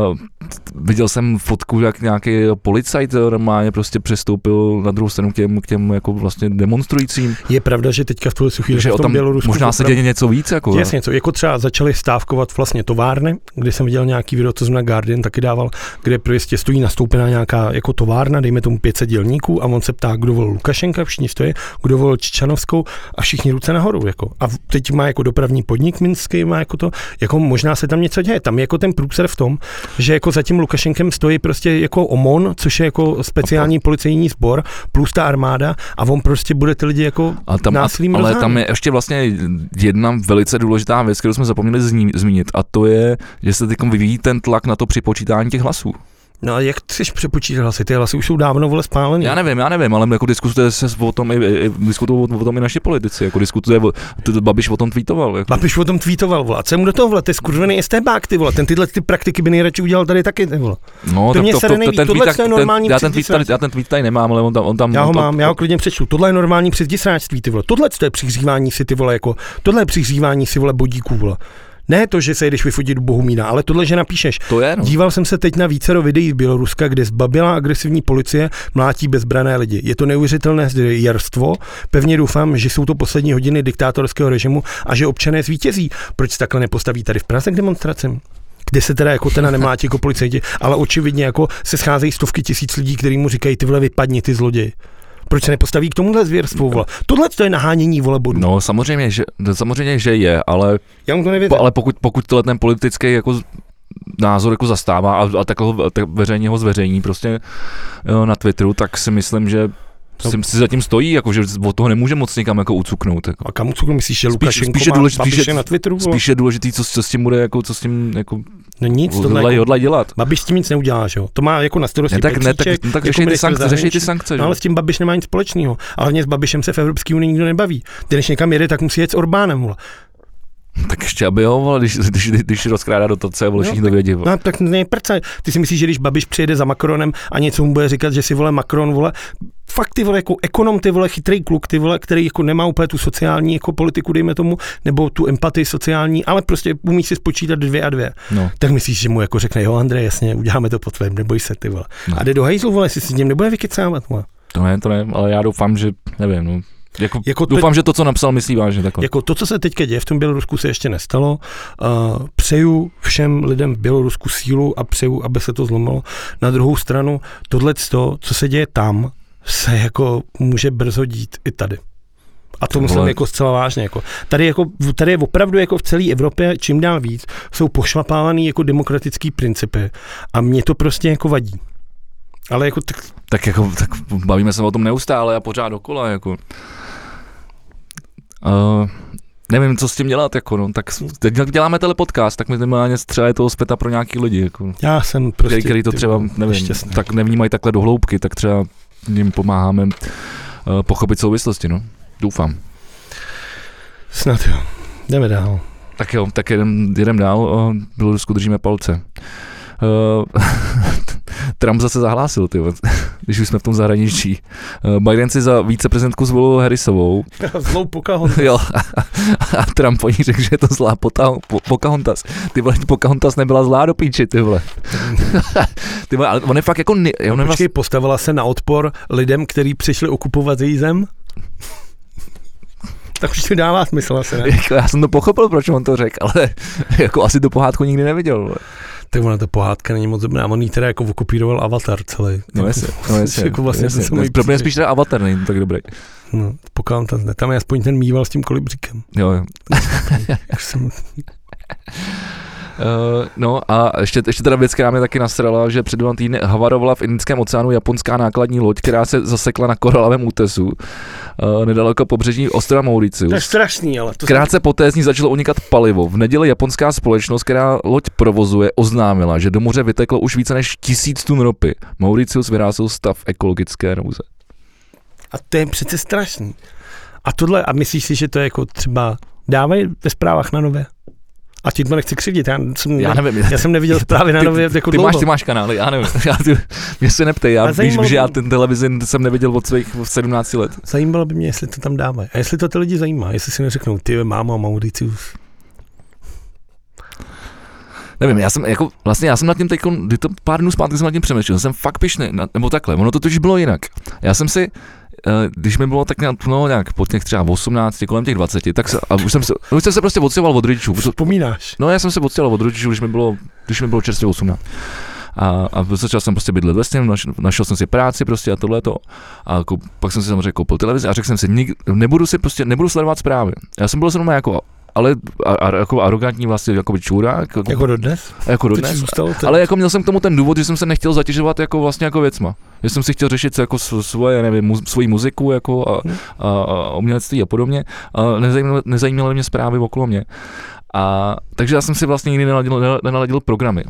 Viděl jsem fotku, jak nějaký policajt normálně prostě přestoupil na druhou stranu k těm jako vlastně demonstrujícím. Je pravda, že teďka v tuhle chvíli v tom Bělorusku možná se děje něco víc. Jako třeba začali stávkovat vlastně továrny, kde jsem viděl nějaký video, co na Guardian taky dával, kde prostě stojí nastoupená nějaká jako továrna, dejme tomu 500 dělníků a on se ptá, kdo volil Lukašenka, všichni stojí, kdo volil Čečanovskou a všichni ruce nahoru. Jako. A teď má jako dopravní podnik minský, má jako to, jako možná se tam něco děje. Tam je jako ten průser v tom, že jako za tím Lukašenkem stojí prostě jako OMON, což je jako speciální policejní sbor, plus ta armáda a on prostě bude ty lidi jako násilím ale tam je ještě vlastně jedna velice důležitá věc, kterou jsme zapomněli zmínit, a to je, že se teď vyvíjí ten tlak na to připočítání těch hlasů. No a jak chceš přepočítat hlasy? Ty hlasy už jsou dávno vole spálený. Já nevím, ale jako diskutuje se o tom diskutují o tom i naši politici, jako diskutuje, Babiš o tom tweetoval. Jako. Babiš o tom tweetoval, vole. A co mu do toho, vole, ty skurvený estébák, ty vole. Ten tyhle ty praktiky by nejradši udělal tady taky, ty vole. No, to mě sere nejvíc, tohle je normální já ten tweet tady nemám, ale on tam... Já ho mám, já ho klidně přečtu. Tohle je normální předisráčství, ty vole. Tohle je přihřívání si, ty vole, jako, tohle je přihřívání si, vole, bodíků, vole. Ne to, že se jdeš vyfotit do Bohumína, ale tohle, že napíšeš. To je, no. Díval jsem se teď na vícero videí z Běloruska, kde zbabělá agresivní policie mlátí bezbrané lidi. Je to neuvěřitelné jarstvo. Pevně doufám, že jsou to poslední hodiny diktátorského režimu a že občané zvítězí. Proč se takhle nepostaví tady v Praze k demonstracím? Kde se teda jako ten nemlátí jako policajti, ale očividně jako se scházejí stovky tisíc lidí, kteří mu říkají, ty vole, vypadni, ty zloději. Proč se nepostaví k tomuhle zvěrstvu, vole? Tohle to je nahánění, vole, bodů. No, samozřejmě, že je, ale já mu to nevěřím. Ale pokud tohle ten politický jako názor jako zastává a tak veřejně ho zveřejní prostě na Twitteru, tak si myslím, že si zatím stojí, jako, že od toho nemůže moc někam jako ucuknout. Jako. A kam ucuknout? Myslíš, že Lukašenko má Babiše na Twitteru? Vole? Spíš je důležitý, co s tím bude, jako, co s tím jako no nic, hodlá dělat. Babiš s tím nic neudělá, že jo? To má jako na starosti tak řeší ty sankce. No, ale s tím Babiš nemá nic společného. Ale hlavně s Babišem se v Evropské unii nikdo nebaví. Když někam jede, tak musí jet s Orbánem, vole. Tak ještě aby jo, vole, když rozkrádá dotace, vole, všichni to vědí. No tak ne, prce. Ty si myslíš, že když Babiš přijede za Macronem a něco mu bude říkat, že si vole Macron, vole, fakt ty vole, jako ekonom, ty vole, chytrý kluk, ty vole, který jako nemá úplně tu sociální jako politiku, dejme tomu, nebo tu empatii sociální, ale prostě umí si spočítat 2 a 2. No. Tak myslíš, že mu jako řekne, jo, Andrej, jasně, uděláme to po tvém, neboj se, ty vole. No. A jde do hajzlu, vole, si s tím nebude vykecávat, vole. To ne, ale já doufám, že nevím, no. Jako doufám, že to, co napsal, myslí vážně takhle. Jako to, co se teďka děje v tom Bělorusku, se ještě nestalo. Přeju všem lidem v Bělorusku sílu a přeju, aby se to zlomilo. Na druhou stranu, tohleto, co se děje tam, se jako může brzo dít i tady. A to myslím jako zcela vážně. Jako. Tady je opravdu jako v celé Evropě čím dál víc jsou pošlapávaný jako demokratický principy a mě to prostě jako vadí. Ale jako tak bavíme se o tom neustále a pořád dokola, jako. Nevím, co s tím dělat, jako, no, tak teď děláme telepodcast, tak minimálně třeba je to zpěta pro nějaký lidi, jako. Já jsem prostě, který to třeba, nevím, tak nevnímají takhle do hloubky, tak třeba jim pomáháme pochopit souvislosti, no, doufám. Snad jo, jdeme dál. Tak jo, tak jedem dál, v Bělorusku držíme palce. Trump zase zahlásil, když už jsme v tom zahraničí. Biden si za viceprezidentku zvolil Harrisovou. Zlou Pocahontas. Jo, a Trump o ní řekl, že je to zlá Pocahontas. Ty vole, Pocahontas nebyla zlá do píči, ty vole. Ty vole, ale on je fakt jako... Počkej, postavila se na odpor lidem, kteří přišli okupovat její zem? Tak už to dává smysl asi, ne? Já jsem to pochopil, proč on to řekl, ale jako asi tu pohádku nikdy neviděl, vole. Tak ona ta pohádka není moc dobrá, on jí teda jako okopíroval Avatar celý. No jasně. Jako vlastně pro mě spíš teda Avatar není tak dobrý. No, Pocahontas ne, tam je aspoň ten mýval s tím kolibříkem. Jo. No a ještě teda věc, která mě taky nasrala, že před 2 týdny havarovala v Indickém oceánu japonská nákladní loď, která se zasekla na koralovém útesu nedaleko pobřeží ostrova Mauritius. To je strašný, ale... Krátce poté z ní začalo unikat palivo. V neděli japonská společnost, která loď provozuje, oznámila, že do moře vyteklo už více než 1000 tun ropy. Mauritius vyhlásil stav ekologické nouze. A to je přece strašný. A myslíš si, že to je jako třeba dávají ve zprávách na Nové? A ti to nechci křivdit, já nevím. Já jsem neviděl zprávy na Nově jako dlouho. Ty máš kanály, já nevím. Mě se neptej, víš, že já ten televizi jsem neviděl od svých 17 let. Zajímalo by mě, jestli to tam dávají. A jestli to ty lidi zajímá, jestli si neřeknou, ty mámo, Mauricius. Nevím, já jsem nad tím teď, to pár dnů zpátky jsem nad tím přemýšlel, jsem fakt pyšný, nebo takhle, ono to totiž bylo jinak. Já jsem si, když mi bylo tak nějak po těch třeba 18, kolem těch 20, tak už jsem se prostě odstěhoval od rodičů. Vzpomínáš? No, já jsem se odstěhoval od rodičů, když mi bylo čerstvě 18. A začal jsem prostě bydlet ve stěnu, našel jsem si práci prostě a tohleto. A pak jsem si samozřejmě koupil televizi a řekl jsem si, nebudu sledovat zprávy. Já jsem byl samozřejmě ale jako arrogantní vlastně jako čůra. Jako dodnes? Jako dodnes. Ale jako měl jsem k tomu ten důvod, že jsem se nechtěl zatěžovat jako vlastně jako věcma. Že jsem si chtěl řešit jako svoji muziku jako a umělectví a podobně. A nezajímaly mě zprávy okolo mě. A takže já jsem si vlastně nikdy nenaladil programy.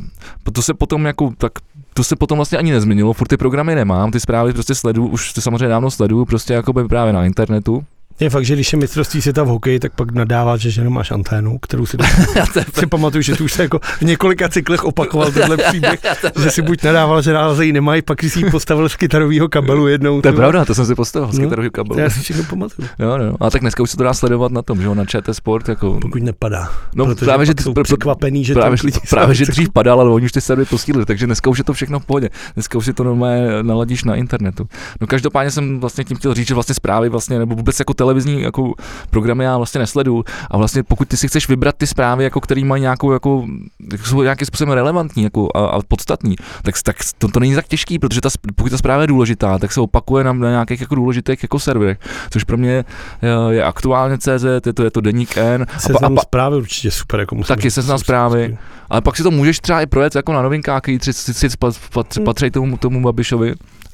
To se potom vlastně ani nezměnilo, furt ty programy nemám, ty zprávy prostě sleduju, už ty samozřejmě dávno sleduju, prostě jako by právě na internetu. Je fakt, že když je mistrovství světa v hokeji, tak pak nadáváš, že nemáš anténu, kterou si pamatuju, že tu už se jako v několika cyklech opakoval tenhle příběh, že si buď nadával, že nálezejí nemají, pak když si ji postavil z kytarového kabelu jednou. To je pravda, to jsem si postavil z kytarového kabelu. Já si všechno pamatuju. Jo. A tak dneska už se to dá sledovat na tom, že jo, na ČT Sport. Jako... Pokud nepadá. No právě, že jsou překvapený, že právě, že dřív padal, ale oni už ty servery posílili, takže dneska už je to všechno v pohodě. Dneska už si to normálně naladíš na internetu. No každopádně jsem vlastně tím chtěl říct, že vlastně zprávy vlastně nebo vůbec jako televizní jako programy já vlastně nesleduju a vlastně pokud ty si chceš vybrat ty zprávy, jako který mají nějakou jako jsou nějakým způsobem relevantní jako a podstatný, tak to není tak těžký, protože pokud ta zpráva je důležitá, tak se opakuje na nějakých jako důležitých jako serverech, což pro mě je aktuálně CZ, je to Deník N. Seznam zprávy určitě super, jako musím. Taky seznam zprávy, ale pak si to můžeš třeba i projet jako na novinkách, který patří tomu Babišovi.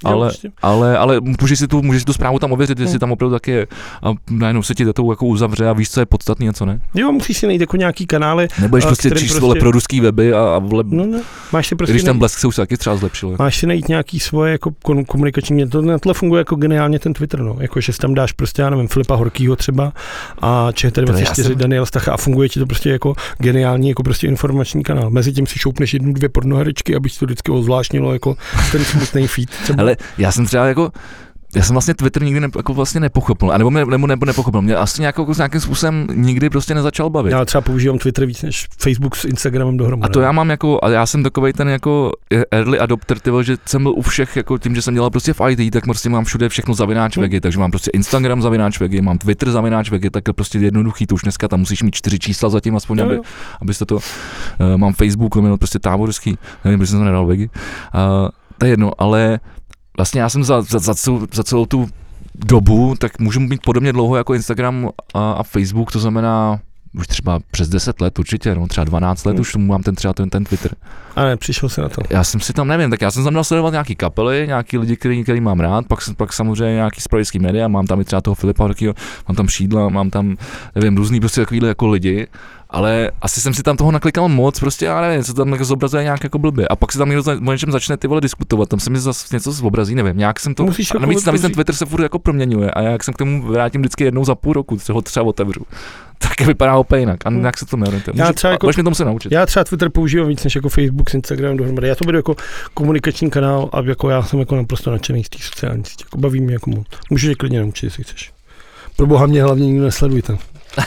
Ale můžeš si tu zprávu tam ověřit, jestli tam opravdu taky je. A najednou se ti to jako uzavře a víš, co je podstatný a co ne. Jo, musíš si najít jako nějaký kanály. Nebudeš prostě číst pro ruský weby a máš si prostě když ten Blesk se už taky třeba zlepšil. Máš si najít nějaký svoje jako komunikační, na tohle funguje jako geniálně ten Twitter, no. Jako, že tam dáš prostě, já nevím, Filipa Horkýho třeba a ČT24 Daniel Stacha a funguje ti to prostě jako geniální, jako prostě informační kanál. Mezitím si šoupneš 1-2 pornoherečky, aby to vždycky ozvláštnilo jako ten smutný feed. Ale já jsem vlastně Twitter nikdy nepochopil, nebo nepochopil. Mě asi nějakým způsobem nikdy prostě nezačal bavit. Já třeba používám Twitter víc než Facebook s Instagramem dohromady. A to já mám a já jsem takovej ten jako early adopter, že jsem byl u všech, jako tím, že jsem dělal prostě v IT, tak prostě mám všude všechno _Vegi, takže mám prostě Instagram _Vegi, mám Twitter _Vegi, tak prostě jednoduchý, to už dneska tam musíš mít 4 čísla zatím aspoň, abyste to, mám Facebook, prostě Táborský, nevím, proč jsem to nedal Vegi. To je jedno, ale vlastně já jsem za celou tu dobu, tak můžu mít podobně dlouho jako Instagram a Facebook, to znamená už třeba přes 10 let určitě, no, třeba 12 let už mám ten Twitter. Ale přišel se na to. Já jsem si tam nevím, tak já jsem tam dal sledovat nějaký kapely, nějaký lidi, který mám rád, pak samozřejmě nějaký zpravodajský média, mám tam i třeba toho Filipa Horkýho, mám tam Šídla, mám tam, nevím, různý prostě takovýhle jako lidi. Ale asi jsem si tam toho naklikal moc, prostě já nevím, co tam jako zobrazuje nějak jako blbě. A pak si tam někdo o něčem začne ty vole diskutovat, tam se mi zase něco zobrazí, nevím, nějak jsem to. A navíc ten Twitter se furt jako proměňuje a jak jsem k tomu vrátím vždycky jednou za půl roku, co ho třeba otevřu. Tak vypadá úplně jinak. A jak se to neorientuje. Můžeš mi tomu se naučit. Já třeba Twitter používám víc než jako Facebook s Instagramem dohromady. Já to beru jako komunikační kanál a jako já jsem jako naprosto nadšený z těch sociálních sítí. Jako baví mě jako moc. Můžeš je klidně naučit, jestli chceš. Pro boha mě hlavně nikdo nesledujte.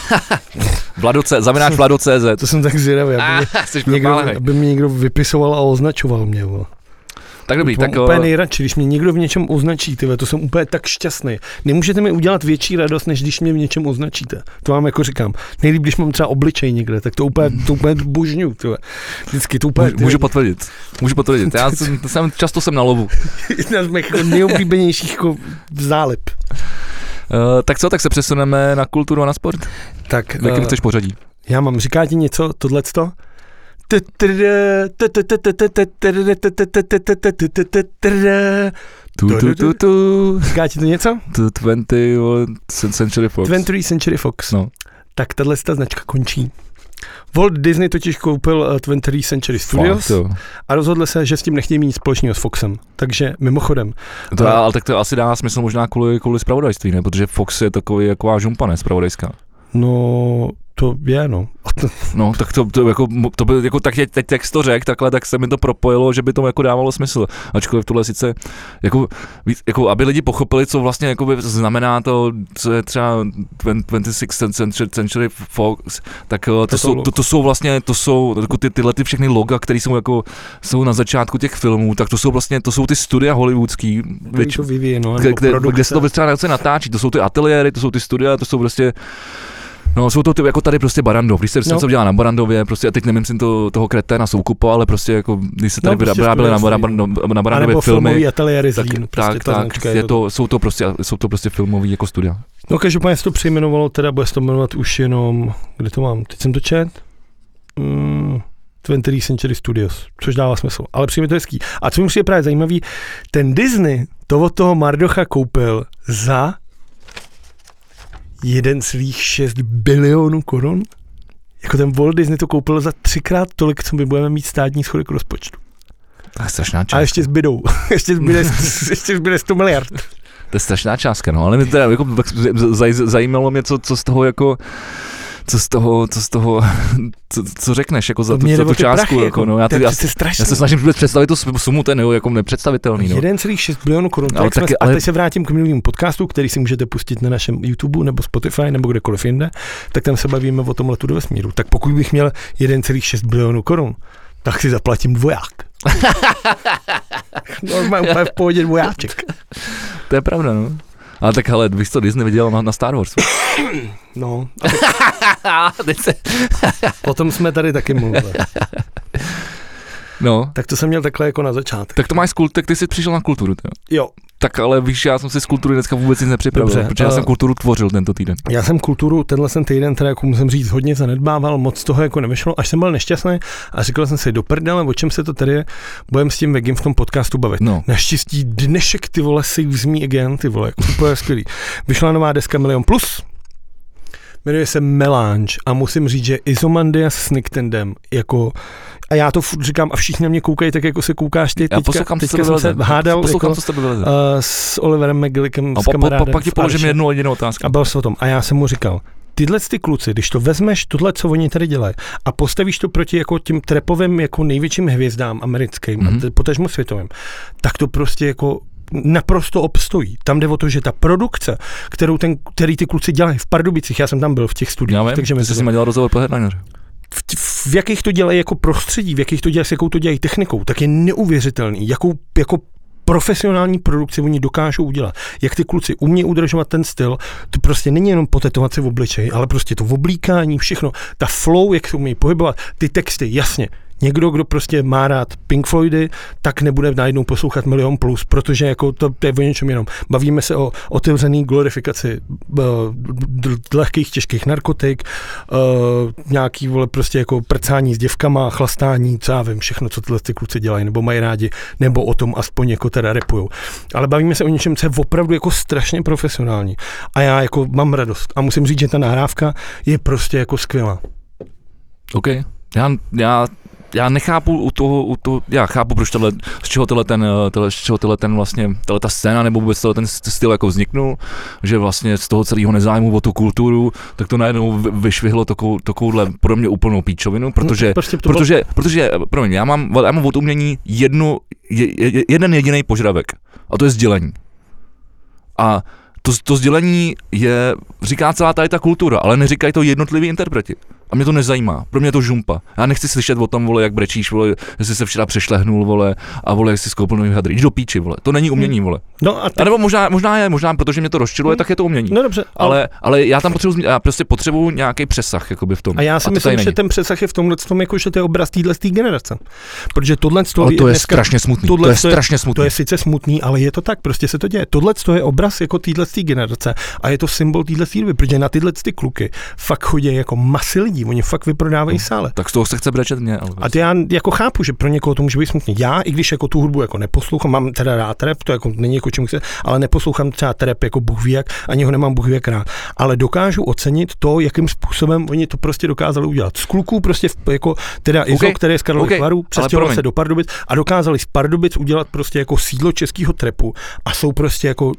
Vlado.cz. To jsem tak zvědavý, aby mě někdo vypisoval a označoval mě. Tak dobrý, tak úplně nejradši, když mě někdo v něčem označí, to jsem úplně tak šťastný. Nemůžete mi udělat větší radost, než když mě v něčem označíte. To vám jako říkám. Nejlíp, když mám třeba obličej někde, tak to úplně božňuju. Vždycky to úplně. Můžu potvrdit. Já často jsem na lovu. Jedna z mých nejoblíbenějších jako zálib. Tak co, tak se přesuneme na kulturu a na sport? Tak. V jakém chceš pořadí? Já mám, říká ti něco tohleto? Říká ti to něco? 20th Century Fox. 20th Century Fox. No. Tak tahle značka končí. Walt Disney totiž koupil 20th Century Studios a rozhodl se, že s tím nechtějí mít nic společného s Foxem. Takže mimochodem. Ale tak to asi dá smysl možná kvůli zpravodajství, ne? Protože Fox je taková žumpa, ne? Zpravodajská. No, to je, no. No, tak to by, jako tak teď jak jsi to řekl, takhle, tak se mi to propojilo, že by to jako dávalo smysl. Ačkoliv tohle sice, jako aby lidi pochopili, co vlastně jako znamená to, co je třeba 26th Century Fox, tak to jsou vlastně, jako tyhle všechny loga, které jsou na začátku těch filmů, tak to jsou ty studia hollywoodský, kde se to třeba natáčí, to jsou ty ateliéry, to jsou ty studia, to jsou prostě. No, jsou to ty, jako tady prostě Barrandov, když se dělá na Barandově, prostě a teď nemyslím toho kreténa Soukupa, ale prostě jako, když se tady vyráběly na Barandově filmy, filmový ateliéry Zlín, tak jsou to prostě filmový jako studia. No, každopádně se to přejmenovalo, teda bude se to jmenovat už jenom, kde to mám, teď jsem to čet? 20th Century Studios, což dává smysl, ale přijme to hezký. A co mi přijde právě zajímavý, ten Disney to od toho Mardocha koupil za 1,6 bilionu korun. Jako ten Walt Disney to koupil za 3x tolik, co my budeme mít státní schodek rozpočtu. To je strašná částka. A ještě zbydou. ještě zbyde 100 miliard. To je strašná částka, no, ale mě teda jako zajímalo mě, co z toho jako co řekneš jako za tu částku, prachy, jako, no, já se snažím vůbec představit tu sumu, ten je jako nepředstavitelný. No. 1,6 bilionu korun, a teď se vrátím k minulému podcastu, který si můžete pustit na našem YouTube nebo Spotify nebo kdekoliv jinde, tak tam se bavíme o tom letu do vesmíru. Tak pokud bych měl 1,6 bilionu korun, tak si zaplatím dvoják. Normálně úplně v pohodě dvojáček. To je pravda, no. Ale tak hele, víš co, Disney viděl na Star Wars. No. Potom jsme tady taky mluvili. No. Tak to jsem měl takhle jako na začátek. Tak to máš tak ty jsi přišel na kulturu, jo? Jo. Tak ale víš, já jsem si z kultury dneska vůbec nic nepřipravil, dobře, protože já jsem kulturu tvořil tento týden. Já jsem kulturu tenhle týden, teda jako musím říct, hodně zanedbával, moc toho jako nevyšlo, až jsem byl nešťastný a říkal jsem si do prdele, o čem se to tady je, budeme s tím Vegim v tom podcastu bavit. No. Naštěstí dnešek, ty vole, Saves Me Again, ty vole, jako úplně skvělý. Vyšla nová deska Milion Plus, jmenuje se Melange a musím říct, že Izomandias s Nicktendem, jako a já to furt říkám a všichni na mě koukají tak, jako se koukáš ty. Teďka jsem se hádal jako, s Oliverem McGillickem, s kamarádem. Pak ti položím jednu jedinou otázku. A byl jsem o tom. A já jsem mu říkal, tyhle ty kluci, když to vezmeš, tohle, co oni tady dělají, a postavíš to proti jako tím trapovým jako největším hvězdám americkým, a potažmo světovým, tak to prostě jako naprosto obstojí. Tam jde o to, že ta produkce, který ty kluci dělají v Pardubicích, já jsem tam byl v těch studiích. Takže ty jsi s nimi dělal rozhovor po Headlineru. V jakých to dělají jako prostředí, v jakých to dělají, s jakou to dělají technikou, tak je neuvěřitelný, jakou jako profesionální produkci oni dokážou udělat. Jak ty kluci umí udržovat ten styl, to prostě není jenom potetovat si v obličeji, ale prostě to oblíkání, všechno, ta flow, jak se umí pohybovat, ty texty, jasně. Někdo, kdo prostě má rád Pink Floydy, tak nebude najednou poslouchat Milion Plus, protože jako to je o něčem jenom. Bavíme se o otevřený glorifikaci lehkých, těžkých narkotik, nějaký, vole, prostě jako prcání s děvkama, chlastání, co já vím, všechno, co tyhle ty kluci dělají, nebo mají rádi, nebo o tom aspoň jako teda rapujou. Ale bavíme se o něčem, co je opravdu jako strašně profesionální. A já jako mám radost. A musím říct, že ta nahrávka je prostě jako skvělá. OK. Já nechápu já chápu, proč z čeho ten vlastně, ta scéna nebo vůbec ten styl jako vzniknul, že vlastně z toho celého nezájmu o tu kulturu, tak to najednou vyšvihlo takovouhle pro mě úplnou píčovinu, protože já mám od umění jeden jediný požadavek, a to je sdělení. A to sdělení říká celá tady ta kultura, ale neříkají to jednotliví interpreti. A mě to nezajímá, pro mě je to žumpa. Já nechci slyšet o tom, vole, jak brečíš, vole, jestli se včera přešlehnul, vole, a vole, jak jsi skoupil nový hadry. Jdi do píči, vole, to není umění, vole. No a nebo možná, protože mě to rozčiluje, tak je to umění. No dobře. Ale já tam potřebuji nějaký přesah, jakoby v tom. A já si myslím, že ten přesah je v tomhle tom, jako, že to je obraz téhle generace. Protože tohle je strašně smutný. To je strašně smutný. To je sice smutný, ale je to tak, prostě se to děje. Tohle je obraz jako téhle generace a je to symbol téhle doby, protože na tyhle kluky fakt chodí jako masy lidí. lidí, oni fakt vyprodávají sále. Tak z toho se chce brečet mě. Ale... A to já jako chápu, že pro někoho to může být smutný. Já, i když jako tu hudbu jako neposlouchám, mám teda rád rap, to jako není jako čemu chce, ale neposlouchám třeba rap jako Bůh ví jak, ani ho nemám Bůh ví jak rád. Ale dokážu ocenit to, jakým způsobem oni to prostě dokázali udělat. Z kluků prostě jako teda Izo, který je z Karlových Varů, přestěhoval se do Pardubic a dokázali z Pardubic udělat prostě jako sídlo českého trapu a jsou prostě jako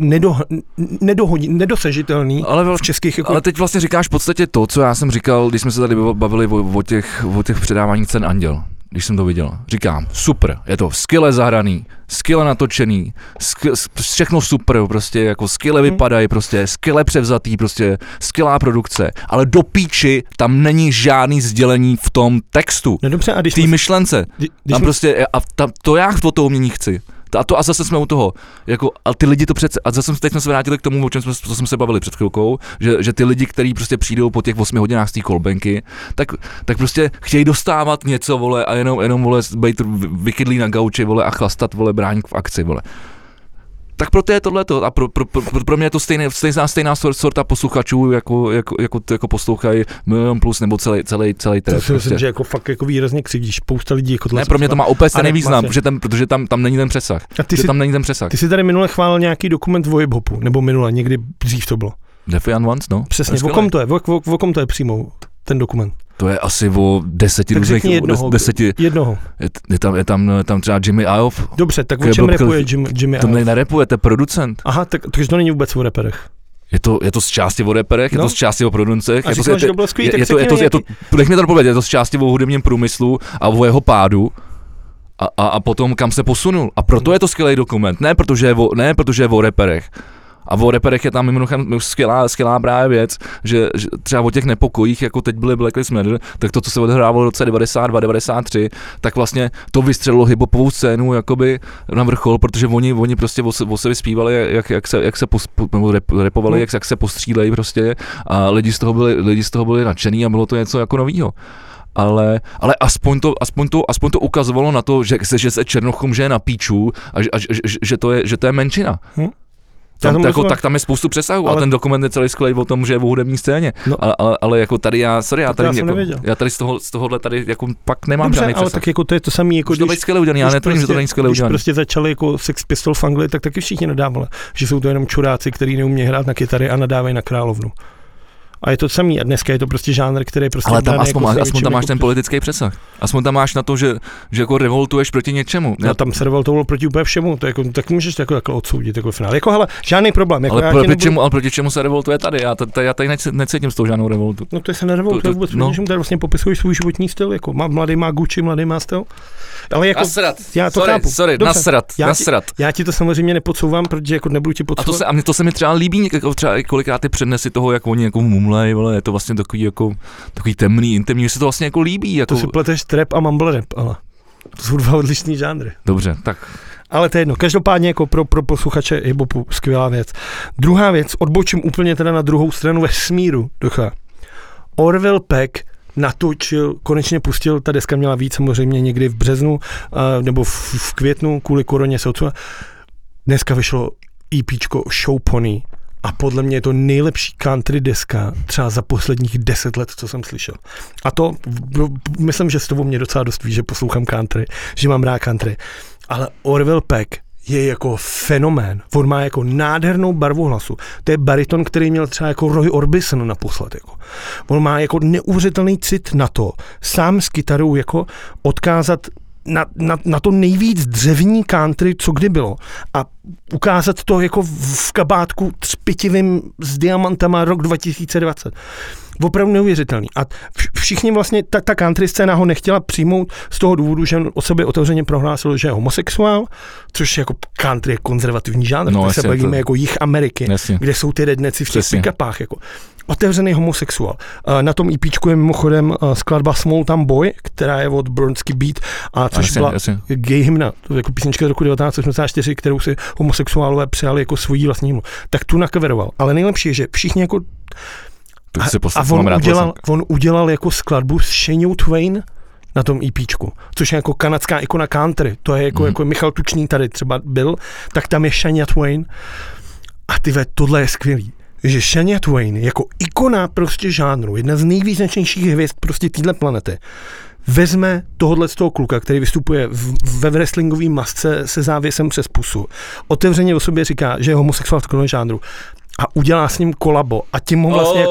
nedosažitelný v českých jako... Ale teď vlastně říkáš v podstatě to, co já jsem říkal, když jsme se tady bavili o těch předávání cen Anděl. Když jsem to viděl. Říkám, super, je to skvěle zahraný, skvěle natočený, všechno super, prostě jako skvěle vypadají, prostě skvěle převzatý, prostě skvělá produkce, ale do píči tam není žádný sdělení v tom textu, no dobře, a té myšlence. Tam prostě, to já od toho umění chci. A zase jsme u toho, jako, a ty lidi to přece, a zase teď jsme se vrátili k tomu, o čem jsme se bavili před chvilkou, že ty lidi, kteří prostě přijdou po těch 8 hodinách z té kolbenky, tak prostě chtějí dostávat něco, vole, a jenom vole, být vykydlí na gauči, vole, a chlastat, vole, bráník v akci, vole. Tak proto je tohleto a pro mě je to stejná sorta posluchačů, jako poslouchají Milion Plus nebo celý trap. To si myslím, že jako fakt jako výrazně křivdíš, spousta lidí jako ne, pro mě to má úplně stejný význam, protože tam není ten přesah. Ty jsi tady minule chválil nějaký dokument o hip-hopu, nebo minule, někdy dřív to bylo. Defiant Ones, no. Přesně, o kom to je přímo ten dokument? To je asi o 10 různých. Jednoho. Je tam třeba Jimmy Iove. Dobře, tak o čem rapuje Jimmy Iove? To nerapuje, to je producent. Aha, takže to není vůbec o reperech. Je to z části o reperech, je to z části o producentech. A říkal, že to bylo skvělý, tak nech mi to dopovědět, je to z části o hudebním průmyslu a o jeho pádu. A potom kam se posunul. A proto je to skvělý dokument, ne protože je o reperech. A o reperech je tam mimochodem skvělá právě věc, že třeba o těch nepokojích, jako teď byly Black Lives Matter, tak to, co se odehrávalo v roce 92, 93, tak vlastně to vystřelilo hiphopovou scénu jakoby na vrchol, protože oni prostě o se vyspívali, jak se repovali, jak se postřílejí prostě a lidi z toho byli nadšený a bylo to něco jako novýho. Ale aspoň to ukazovalo na to, že se Černochům žije na píču a že to je menšina. Tak tam je spoustu přesahů, ale ten dokument je celý skvělý o tom, že je o hudební scéně. No. Ale jako tady já tady z tohohle tady jako pak nemám žádný přesah. Ale tak jako to je to samé, jako když to být skvěle udělaný, já netvrdím, že to není skvěle udělaný. Když prostě začali jako Sex Pistols v Anglii, tak taky všichni nadávali, že jsou to jenom čuráci, kteří neumějí hrát na kytary a nadávají na královnu. A je to samý. A dneska je to prostě žánr, který prostě... Ale tam aspoň tam máš ten politický přesah. Aspoň tam máš na to, že jako revoltuješ proti něčemu. Já tam se revoltoval proti úplně všemu. To jako, tak můžeš takhle odsoudit jako finál. Jako hele, žádný problém. Jako ale proti čemu se revoltuje tady? Já tady necítím s tou žádnou revoltu. No to se nerevoltuje vůbec, protože tady vlastně popisuješ svůj životní styl. Jako mladý má Gucci, mladý má styl. Ale jako, já to chápu. Nasrat. Já ti to samozřejmě nepodsouvám, protože jako nebudu ti podsouvat. A to se mi třeba líbí, třeba kolikrát ty přednesy toho, jak oni jako mumlej, vole, je to vlastně takový temný, intimní, že se to vlastně jako líbí. Jako... To si pleteš trap a mumble rap, ale to jsou dva odlišný žánry. Dobře, tak. Ale to je jedno, každopádně jako pro posluchače hip-hopu skvělá věc. Druhá věc, odbočím úplně teda na druhou stranu vesmíru, ducha. Orville Peck natočil, konečně pustil, ta deska měla víc samozřejmě někdy v březnu, nebo v květnu, kvůli koroně se odsuna. Dneska vyšlo EPčko Show Pony a podle mě je to nejlepší country deska třeba za posledních 10 let, co jsem slyšel. A to, myslím, že z toho mě docela dost ví, že poslouchám country, že mám rád country. Ale Orville Peck je jako fenomén. On má jako nádhernou barvu hlasu. To je bariton, který měl třeba jako Roy Orbison naposled. Jako. On má jako neuvěřitelný cit na to, sám s kytarou jako odkázat na to nejvíc dřevní country, co kdy bylo. A ukázat to jako v kabátku třpitivým s diamantama rok 2020. Opravdu neuvěřitelný. A všichni vlastně, ta country scéna ho nechtěla přijmout z toho důvodu, že o sobě otevřeně prohlásil, že je homosexuál, což jako country je konzervativní žánr, tak se bavíme jako jih Ameriky, kde jsou ty redneci v těch pick-upách. Jako. Otevřený homosexuál. Na tom EPčku je mimochodem skladba Small Town Boy, která je od Bronský Beat, a což byla gay hymna, jako písnička z roku 1984, kterou si homosexuálové přijali jako svojí vlastní hymnu. Tak tu nacoveroval. Ale nejlepší je, že všichni jako on udělal jako skladbu s Shania Twain na tom EPčku, což je jako kanadská ikona country. To je jako Michal Tučný tady třeba byl, tak tam je Shania Twain. A tohle je skvělý. že Shania Twain jako ikona prostě žánru, jedna z nejvýznačnějších hvězd prostě téhle planety, vezme tohohle z toho kluka, který vystupuje ve wrestlingové masce se závěsem přes pusu, otevřeně o sobě říká, že je homosexuál v takovém žánru a udělá s ním kolabo a tím mu vlastně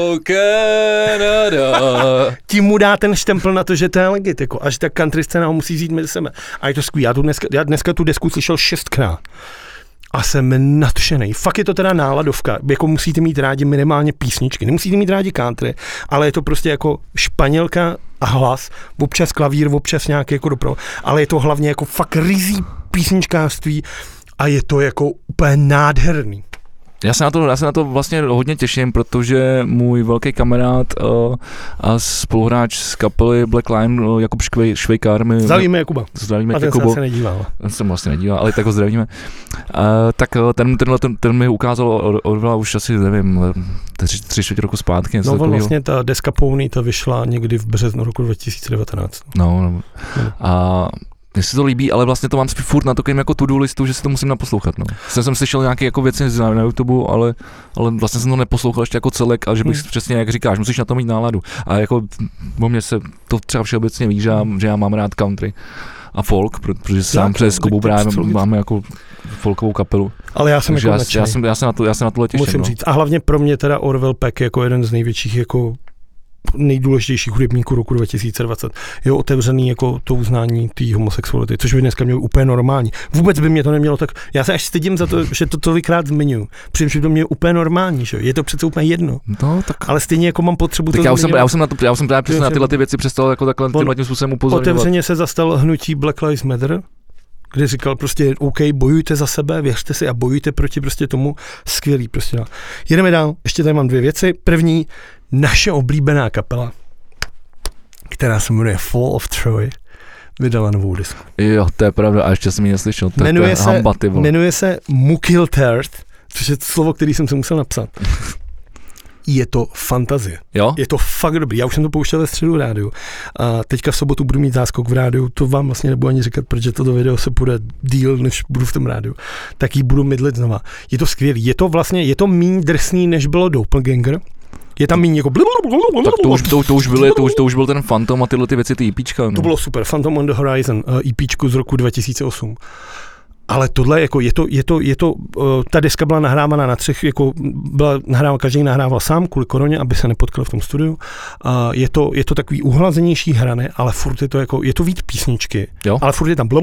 tím mu dá ten štempl na to, že to je legit, jako, až ta country scéna ho musí vzít mezi sebe. A je to skvělé. Já dneska tu desku slyšel 6krát. A jsem nadšenej. Fakt je to teda náladovka. Jako musíte mít rádi minimálně písničky. Nemusíte mít rádi country, ale je to prostě jako Španělka a hlas, občas klavír, občas nějaký jako dopro. Ale je to hlavně jako fakt rizí písničkářství a je to jako úplně nádherný. Já se na to vlastně hodně těším, protože můj velký kamarád a spoluhráč z kapely Black Lion, Jakub Švejkár, zdravíme Jakuba. Zdravíme a ten se nedíval. Ten se vlastně nedíval, ale tak ho zdravíme. Tak ten mi ukázal Orwella už asi, nevím, 3 roku zpátky. No vlastně ta deska Pony, ta vyšla někdy v březnu roku 2019. No. A mně se to líbí, ale vlastně to mám furt na takovém jako to-do listu, že si to musím naposlouchat. No. Jsem slyšel nějaké jako věci na YouTube, ale vlastně jsem to neposlouchal ještě jako celek, ale že bych přesně, jak říkáš, musíš na to mít náladu. A jako o mě se to třeba všeobecně ví, že já mám rád country a folk, protože sám přes Kubou právě máme jako folkovou kapelu. Ale já jsem jako já se na to těším. Musím říct. A hlavně pro mě teda Orwell Peck jako jeden z největších jako nejdůležitějších hudebníků roku 2020. Je otevřený jako to uznání té homosexuality, což by dneska mělo úplně normální. Vůbec by mě to nemělo tak. Já se až stydím za to, že to tolikrát zmiňuju. Přičemž to mě úplně normální, že? Je to přece úplně jedno. No, tak. Ale stejně jako mám potřebu tak to já jsem právě přesně na tyhle ty věci přestal jako takhle tím způsobem upozorňovat. Otevřeně se zastal hnutí Black Lives Matter, kde říkal prostě OK, bojujte za sebe, věřte si a bojujte proti prostě tomu. Skvělý prostě. No. Jedeme dál. Ještě tady mám 2 věci. První, naše oblíbená kapela, která se jmenuje Fall of Troy, vydala novou disku. Jo, to je pravda, a ještě jsem ji neslyšel. Jmenuje se Mukiltert, což je slovo, který jsem se musel napsat. Je to fantazie. Jo? Je to fakt dobrý. Já už jsem to pouštěl ve Středu rádiu. A teďka v sobotu budu mít záskok v rádiu. To vám vlastně nebudu ani říkat, protože toto video se půjde díl, než budu v tom rádiu. Tak ji budu mydlit znova. Je to skvělý. Je to míň drsný, než bylo Doppelganger. Je tam míň jako... Tak to už byl ten Phantom a tyhle ty věci, ty EPčka. No. To bylo super. Phantom on the Horizon, EPčku z roku 2008. Ale tohle jako je to ta deska byla nahrávána na 3, jako každý nahrával sám kvůli koroně, aby se nepotkal v tom studiu. Je to takový uhlazenější hrany, ale furt je to jako, je to víc písničky, jo? Ale furt je tam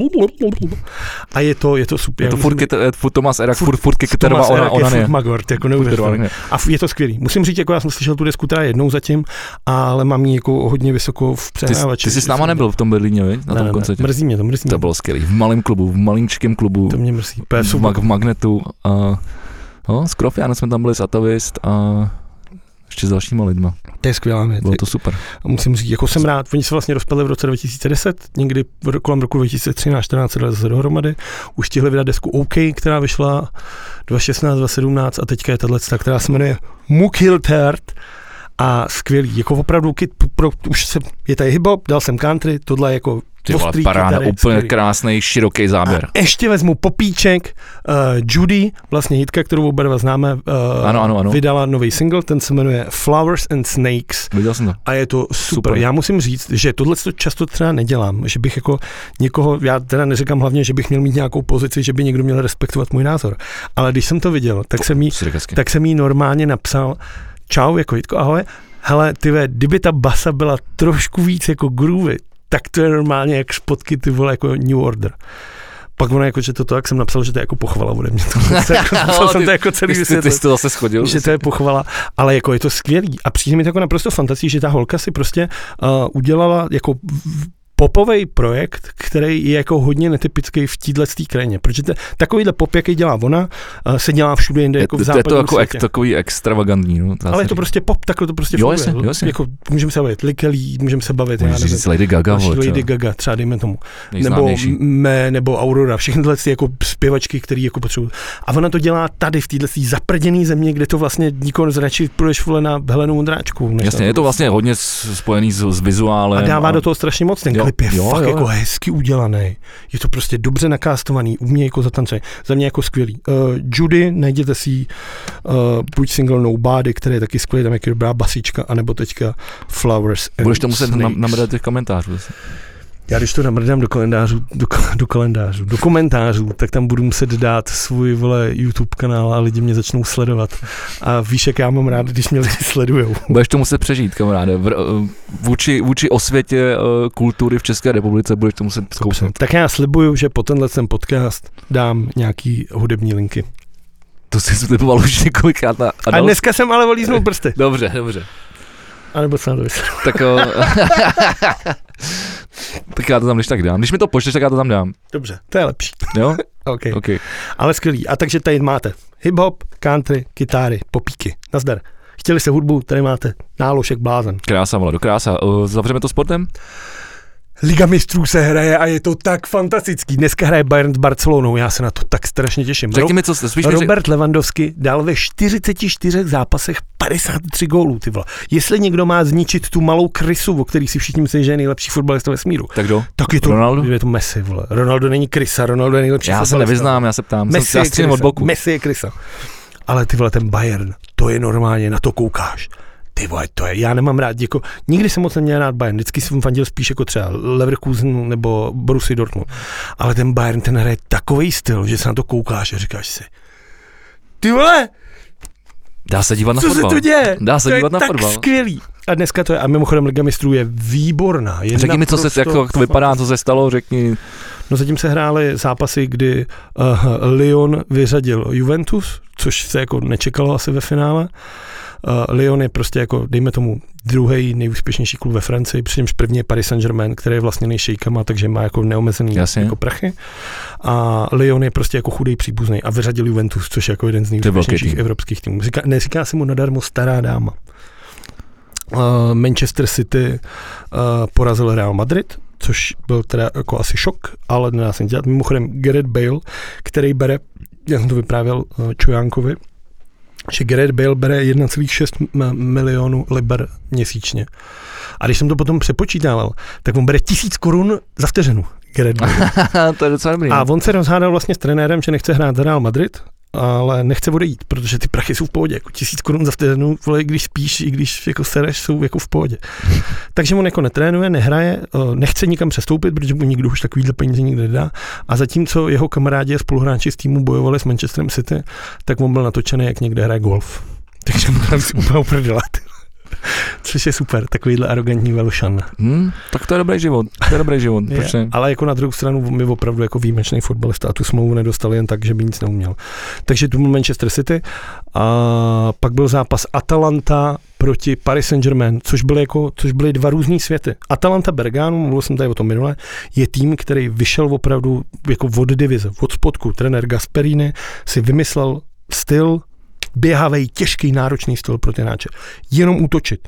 a je to super. Je to furt Thomas Erak, furt kytarová ona furt Magort, jako neuvěřitelné. A je to skvělý. Musím říct, jako já jsem slyšel tu desku teda jednou zatím, ale mám ji jako hodně vysoko v přehrávači. Ty jsi s náma nebyl v tom Berlíně, viď? Na tom koncertě. Mrzí mě. To bylo skvělý. V malém klubu, v maličkém klubu. To mě mrzí. V Magnetu a s Krofiánem jsme tam byli s Atavist a ještě s dalšíma lidma. To je skvělá věc. Bylo to super. A musím říct, jako jsem rád, oni se vlastně rozpadli v roce 2010, někdy kolem roku 2013-14 se dali zase dohromady, už stihli vydat desku OK, která vyšla 2016, 2017 a teďka je tato, která se jmenuje Mukiltert a skvělý, jako opravdu je tady hip-hop, dal jsem country, tohle je jako paráda, úplně krásný, široký záběr. A ještě vezmu popíček, Judy, vlastně hitka, kterou oba dva známe, ano. vydala nový single, ten se jmenuje Flowers and Snakes. Viděl jsem to. A je to super. Já musím říct, že tohle často třeba nedělám, že bych jako někoho, já teda neříkám hlavně, že bych měl mít nějakou pozici, že by někdo měl respektovat můj názor, ale když jsem to viděl, tak jsem jí normálně napsal, čau, jako Jitko, ahoj, hele, kdyby ta basa byla trošku víc jako groovy, tak to je normálně jak spotky, ty vole, jako New Order. Pak ono jako, že toto, jak jsem napsal, že to je jako pochvala ode mě. Jsem to jako celý vysvětlil. Ty jsi to zase schodil. Že to je pochvala, ale jako je to skvělý. A přijde mi to jako naprosto fantastický, že ta holka si prostě udělala jako popový projekt, který je jako hodně netypický v této krajině. Protože takovýhle pop, jaký dělá ona, se dělá všude jinde jako v západním světě. Je to jako takový extravagantní. No, ale je to prostě pop, takhle to prostě funguje. Jasně. Jako, můžeme se bavit Likelí, můžeme se bavit. Můžeš říct Lady Gaga. Lady Gaga, třeba dejme tomu. Nebo Aurora, všechny tyhle jako zpěvačky, které jako potřebují. A ona to dělá tady v této zaprděné země, kde to vlastně nikoho radši půjdeš vole na Helenu Vondráčku. Jasně, je to vlastně hodně spojený s vizuálem. A dává do toho strašně moc. Ten klip je fakt jako hezky udělaný. Je to prostě dobře nakástovaný, umí jako zatančený. Za mě jako skvělý. Judy, najděte si buď single Nobody, který je taky skvělý, tam je dobrá basička, anebo teďka Flowers and Budeš to muset namrdat těch komentářů. Já když to namrdám do komentářů, tak tam budu muset dát svůj YouTube kanál a lidi mě začnou sledovat. A víš, jak já mám rád, když mě lidi sledujou. Budeš to muset přežít, kamaráde. Vůči osvětě kultury v České republice budeš to muset zkoušet. Tak já slibuju, že po tenhle podcast dám nějaký hudební linky. To jsi sliboval už několikrát. A dneska jsem ale volíznul prsty. Dobře. A nebo se na to vysvětlím. Tak já to tam když tak dám. Když mi to pošleš, tak já to tam dám. Dobře, to je lepší. Jo? Okay. Ale skvělý. A takže tady máte hip-hop, country, kytáry, popíky. Nazdar. Chtěli se hudbu, tady máte náložek blázen. Krása, Vlado, krása. Zavřeme to sportem? Liga mistrů se hraje a je to tak fantastický. Dneska hraje Bayern s Barcelonou, já se na to tak strašně těším. Řekni mi, co spíš Robert Lewandowski dal ve 44 zápasech 53 gólů, ty vole. Jestli někdo má zničit tu malou krysu, o který si všichni myslí, že je nejlepší fotbalista ve smíru. Tak kdo? Tak je to Ronaldo? Je to Messi, vole. Ronaldo není krysa, Ronaldo je nejlepší fotbalista. Já se nevyznám, já se ptám. Messi je krysa, Messi je krysa. Ale ty vole, ten Bayern, to je normálně, na to koukáš. Ty vole, to je, já nemám rád, jako, nikdy jsem moc neměl rád Bayern, vždycky jsem fandil spíš jako třeba Leverkusen nebo Borussia Dortmund, ale ten Bayern, ten hraje takovej styl, že se na to koukáš a říkáš si, ty vole, dá se dívat na fotbal. Co se to děje? Dá se dívat na fotbal. fotbal. Tak skvělý. A dneska to je, a mimochodem Liga mistrů je výborná. Je řekni mi, co se, jak to vypadá, co se stalo, řekni. No zatím se hrály zápasy, kdy Lyon vyřadil Juventus, což se jako nečekalo asi ve finále. Lyon je prostě jako, dejme tomu, druhý nejúspěšnější klub ve Francii, přičemž první je Paris Saint-Germain, který je vlastně nejšejkama, takže má jako neomezený jako prachy. A Lyon je prostě jako chudej příbuzný a vyřadil Juventus, což je jako jeden z nejúspěšnějších evropských týmů. Neříká se mu nadarmo stará dáma. Manchester City porazil Real Madrid, což byl teda jako asi šok, ale nedá se dělat. Mimochodem Gareth Bale, který bere, já jsem to vyprávěl Čojánkovi, že Gareth Bale bere 1,6 milionu liber měsíčně. A když jsem to potom přepočítával, tak on bere 1000 korun za vteřinu. Gareth Bale. To je docela dobrý. A on se rozhádal vlastně s trenérem, že nechce hrát za Real Madrid, ale nechce odejít, protože ty prachy jsou v pohodě. Jako 1000 korun za vteřinu, vole, když spíš, i když jako sereš, jsou jako v pohodě. Takže on jako netrénuje, nehraje, nechce nikam přestoupit, protože mu nikdo už takovýhle peníze nikdy nedá. A zatímco jeho kamarádi a spoluhráči z týmu bojovali s Manchesterem City, tak on byl natočený, jak někde hraje golf. Takže mu tam si úplně uprdělat. Což je super, takovýhle arrogantní Velšan. Tak to je dobrý život. Ale jako na druhou stranu my opravdu jako výjimečný fotbalista a tu smlouvu nedostali jen tak, že by nic neuměl. Takže tu byl Manchester City a pak byl zápas Atalanta proti Paris Saint-Germain, což byly dva různý světy. Atalanta Bergamo, mluvil jsem tady o tom minule, je tým, který vyšel opravdu jako od divize, od spodku. Trenér Gasperini si vymyslel styl, běhavej, těžký, náročný styl pro ty hráče. Jenom útočit.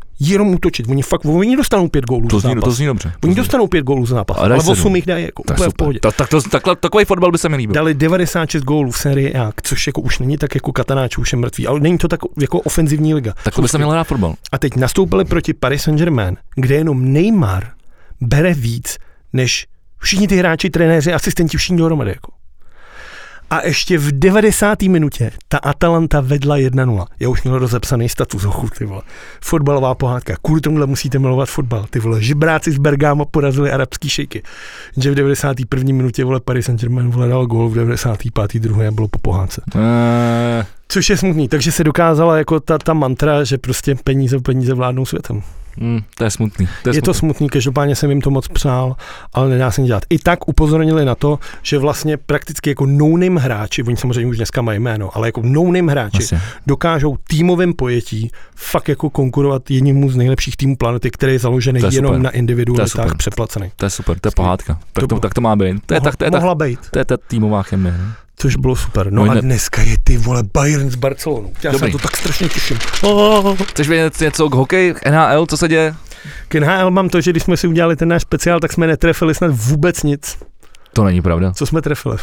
Oni dostanou 5 gólů za zápas. To zní dobře. Oni dostanou 5 gólů za zápas, ale 8 jich dají jako úplně v pohodě. Takový fotbal by se mi líbil. Dali 96 gólů v sérii A, což jako už není tak jako Katanáč, už je mrtvý, ale není to tak jako ofenzivní liga. Tak to by se měl hrát fotbal. A teď nastoupili proti Paris Saint-Germain, kde jenom Neymar bere víc, než všichni ty hráči, trenéři, asistenti, všichni dohromady jako. A ještě v 90. minutě ta Atalanta vedla 1-0. Já už měl rozepsaný status, ty vole. Fotbalová pohádka. Kvůli tomuhle musíte milovat fotbal. Ty vole, žebráci z Bergamo porazili arabský šejky. Že v 91. minutě vole Paris Saint-Germain vole dal gól, v 95. druhé bylo po pohádce. Což je smutný. Takže se dokázala jako ta mantra, že prostě peníze vládnou světem. To je smutný. Je to smutný, každopádně jsem jim to moc přál, ale nedá se nic dělat. I tak upozornili na to, že vlastně prakticky jako no-name hráči, oni samozřejmě už dneska mají jméno, ale jako no-name hráči dokážou týmovém pojetí fakt jako konkurovat jednímu z nejlepších týmů planety, který je založený jenom na individualitách přeplacený. To je super, to je pohádka. Tak to má být. Mohla být. To je ta týmová chemie. Což bylo super. No a dneska je ty vole Bayern s Barcelonou. Já se to tak strašně těším. Chceš vědět něco k hokeji, NHL, co se děje? K NHL mám to, že když jsme si udělali ten náš speciál, tak jsme netrefili snad vůbec nic. To není pravda. Co jsme trefili?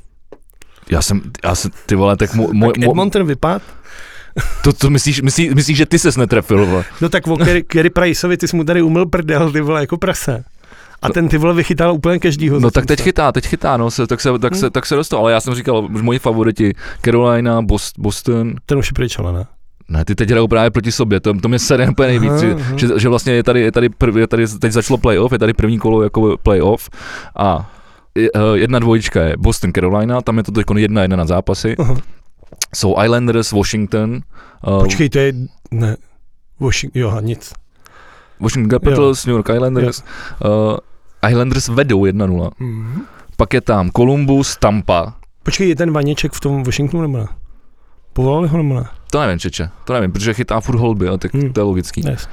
Já jsem ty vole, tak Edmonton vypad? To myslíš, že ty ses netrefil, vole? No tak o Kerry Priceovi, ty jsi mu tady umyl prdel, ty vole, jako prase. A ten ty vole vychytal úplně každýho. No tak teď chytá, no, tak se dostal, ale já jsem říkal, moji favoriti, Carolina, Boston. Ten už je pryč, ale ne? Ne, ty teď hrajou právě proti sobě, to mě sere úplně nejvíc, že vlastně je tady teď začalo playoff, je tady první kolo jako playoff a 1-2 je Boston Carolina, tam je to teď 1-1 na zápasy. Jsou Islanders, Washington. Počkej, to je, ne, Washington, nic. Washington Capitals, New York Islanders. Islanders vedou 1-0. Pak je tam Columbus, Tampa. Počkej, je ten Vaněček v tom Washingtonu nebo ne? Povolali ho nebo ne? To nevím, Čeče, protože chytá furt holby, ale tak to je logický. Yes.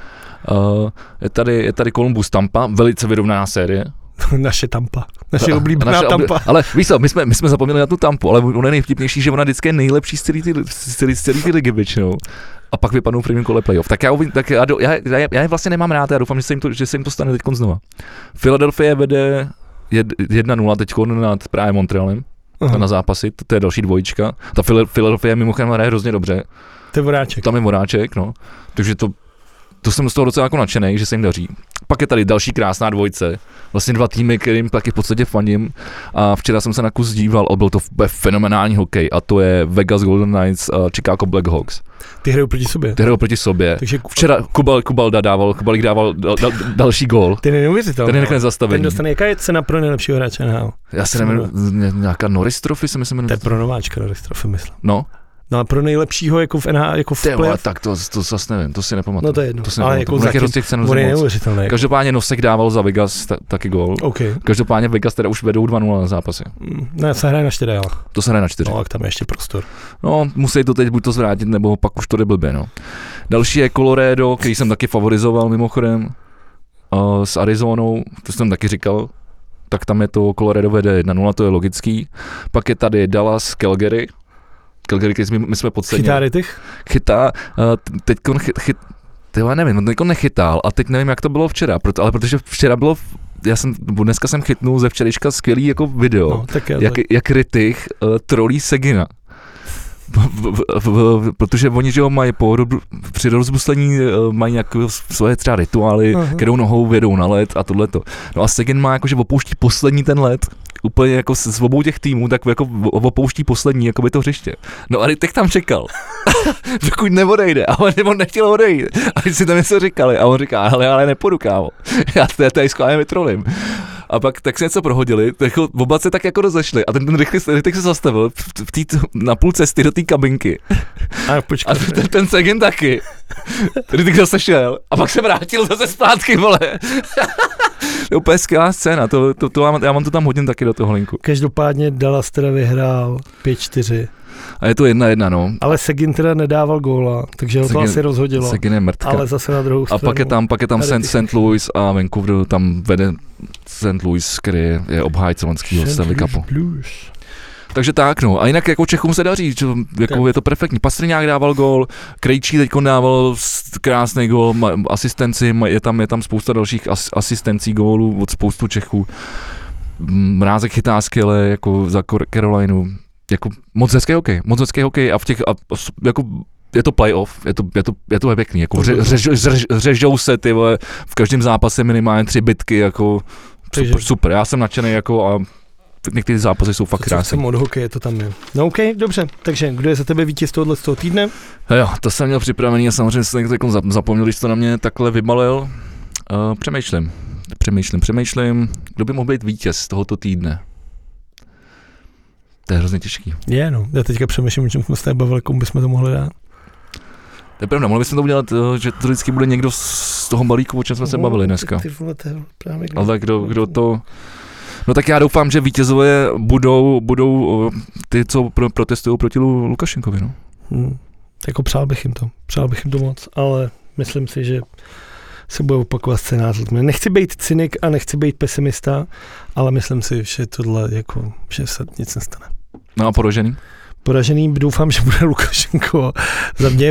Je tady Columbus Tampa, velice vyrovnaná série. Naše Tampa, naše oblíbená Tampa. Ale víš co, my jsme zapomněli na tu Tampu, ale ono je nejvtipnější, že ona vždycky je nejlepší z celé ty ligy většinou. A pak vypadnou v prvním kole playoff. Tak já je vlastně nemám rád, já doufám, že se jim to stane teď znova. Philadelphia vede 1-0 teď nad právě Montrealem. Na zápasy, to je další dvojička. Ta Philadelphia mimochodem hraje hrozně dobře. To je Voráček. Tam je Voráček, no. Takže to jsem z toho docela jako nadšenej, že se jim daří. Pak je tady další krásná dvojice. Vlastně 2 týmy, kterým taky v podstatě fandím. A včera jsem se na kus díval a byl to fenomenální hokej. A to je Vegas Golden Knights a Chicago Blackhawks. Ty hrajou proti sobě. Takže včera Kubalík dával další gól. Ty neuvěřitelný. Ten nechne zastavení. Ten dostane, jaká je cena pro nejlepšího hráče NHL? Já se nevím, nějaká Norris Trophy se myslím. To je pro nováčka Norris Trophy, myslím. No. No a pro nejlepšího jako v NHL, jako v playoff? Tak to zase nevím, to si nepamatuju. No to je jedno, ale jako on je neuvěřitelný. Každopádně Nosek dával za Vegas taky gól. Okay. Každopádně Vegas teda už vedou 2-0 na zápasy. Ne, se hraje na 4, ale. To se hraje na 4. No, tak tam je ještě prostor. No, musí to teď buď to zvrátit, nebo pak už to jde blbě, no. Další je Colorado, který jsem taky favorizoval mimochodem, s Arizonou, to jsem taky říkal. Tak tam je to Colorado vede 1-0, to je logický. Pak je tady Dallas, Calgary, když my jsme podcenili. Chytá Rittich? Chytá, teďkon já nevím, on teďkon nechytal a teď nevím, jak to bylo včera, ale protože včera bylo, dneska jsem chytnul ze včerejška skvělý jako video, no, jak Rittich trolí Segina. Protože oni, že ho mají při rozbuslení mají nějaké svoje třeba rituály, kterou nohou vědou na led a tohleto. No a Seguin má jakože opouští poslední ten led, úplně jako s obou těch týmů, tak jako opouští poslední, jako by to hřiště. No a Rittich tam čekal, dokud neodejde, a on nechtěl odejít. A když si tam něco říkali, a on říká, ale nepůjdu, kámo, já tady skláním trolím. A pak tak se něco prohodili, oba se tak jako rozešli a ten Rittich se zastavil na půl cesty do té kabinky. A ten Seguin taky. Rittich zase šel a pak se vrátil zase zpátky, vole. To je úplně skvělá scéna, já mám to tam hodně taky do toho linku. Každopádně Dallas teda vyhrál 5-4. A je to 1-1, no. Ale Seguin teda nedával góla, takže ho to asi rozhodilo. Seguin je mrtka. Ale zase na druhou stranu. A pak je tam St. Louis a Vancouver, tam vede St. Louis, který je obhájce loňského Stanley Cupu. Takže tak, no. A jinak jako Čechům se daří, jako je to perfektní. Pastrňák dával gól, Krejčí teďko dával krásný gól, asistenci, je tam spousta dalších asistencí gólů od spoustu Čechů. Mrázek chytá skvěle, jako za Carolinu. Jako moc hezký hokej a jako je to playoff, je to pěkný, jako řežou se ty vole, v každém zápase minimálně 3 bitky, jako super, já jsem nadšený jako a některé zápasy jsou fakt krásné. Jsem od hokeje, to tam je. No ok, dobře, takže kdo je za tebe vítěz tohoto z toho týdne? Jo, to jsem měl připravený a samozřejmě jsem někdo zapomněl, když to na mě takhle vybalil. Přemýšlím, kdo by mohl být vítěz tohoto týdne. To je hrozně těžký. Je, no. Já teďka přemýšlím, o čem jsme se bavili, komu bychom to mohli dát. To je pravda, mohli bychom to udělat, že to vždycky bude někdo z toho balíku, o čem jsme se bavili dneska. Ale tak kdo to... No tak já doufám, že vítězové budou ty, co protestují proti Lukašenkovi, no. Jako přál bych jim to moc, ale myslím si, že se bude opakovat scénář. Nechci být cynik a nechci být pesimista, ale myslím si, že tohle jako, že se nic nestane. No a Porožený? Poražený doufám, že bude Lukašenko. Za mě je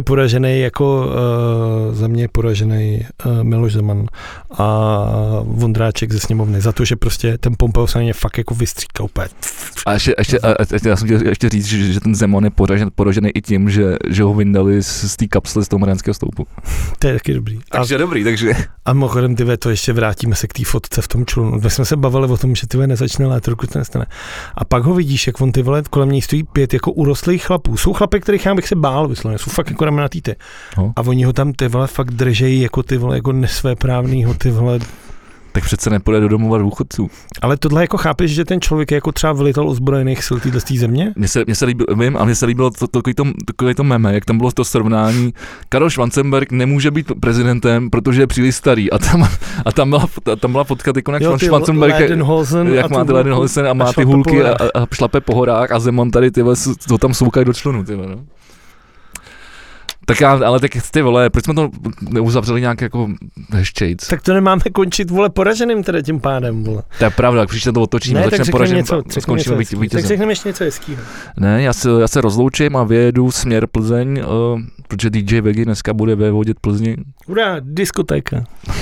poražený Miloš Zeman a Vondráček ze sněmovny. Za to, že prostě ten Pompeo se na ně fakt jako vystříká úplně. A já jsem chtěl ještě říct, že ten Zeman je poražený i tím, že ho vyndali z té kapsle z toho Mariánského stoupu. To je taky dobrý. A mimochodem, to ještě vrátíme se k té fotce v tom člunu. My jsme se bavili o tom, že nezačne léto, dokud to nestane. A pak ho vidíš, jak on kolem něj stojí 5 jako urostlých chlapů. Jsou chlapy, kterých já bych se bál vysloveně, jsou fakt jako ramenatý ty. A oni ho tam fakt držejí jako jako nesvéprávnýho Tak přece nepůjde do domova důchodců. Ale tohle jako chápeš, že ten člověk je jako třeba velitel ozbrojených sil této země? Mně se líbilo takový to meme, jak tam bylo to srovnání. Karel Schwarzenberg nemůže být prezidentem, protože je příliš starý. A tam byla fotka jak Schwarzenberg, jak má ty Lederhosen a má ty hůlky a šlape po horách a Zeman tady to tam soukají do člunu. No. Tak ty vole, proč jsme to neuzavřeli nějak jako heščejc? Tak to nemáme končit, vole, poraženým teda tím pádem, vole. To je pravda, když to otočíme, začneme poraženým, skončíme vítězem. Tak řekneme ještě něco hezkýho. Ne, já se rozloučím a vyjedu směr Plzeň, protože DJ Vegy dneska bude vévodit Plzni. Urá, diskotéka.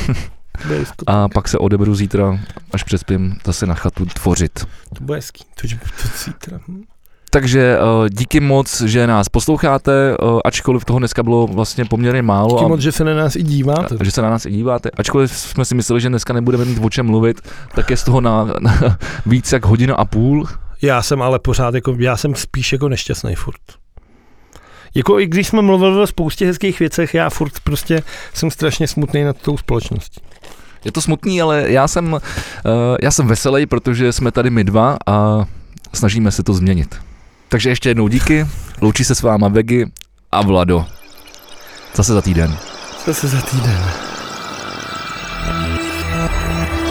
A pak se odeberu zítra, až přespím, zase na chatu tvořit. To bude hezký, to zítra. Takže díky moc, že nás posloucháte, ačkoliv toho dneska bylo vlastně poměrně málo. Díky moc, že se na nás i díváte. Ačkoliv jsme si mysleli, že dneska nebudeme mít o čem mluvit, tak je z toho na víc jak 1,5 hodiny. Já jsem ale pořád, já jsem spíš jako nešťastný furt. Jako i když jsme mluvili o spoustě hezkých věcech, já furt prostě jsem strašně smutný nad tou společností. Je to smutný, ale já jsem veselý, protože jsme tady my dva a snažíme se to změnit. Takže ještě jednou díky, loučí se s váma Vegy a Vlado. Zase za týden.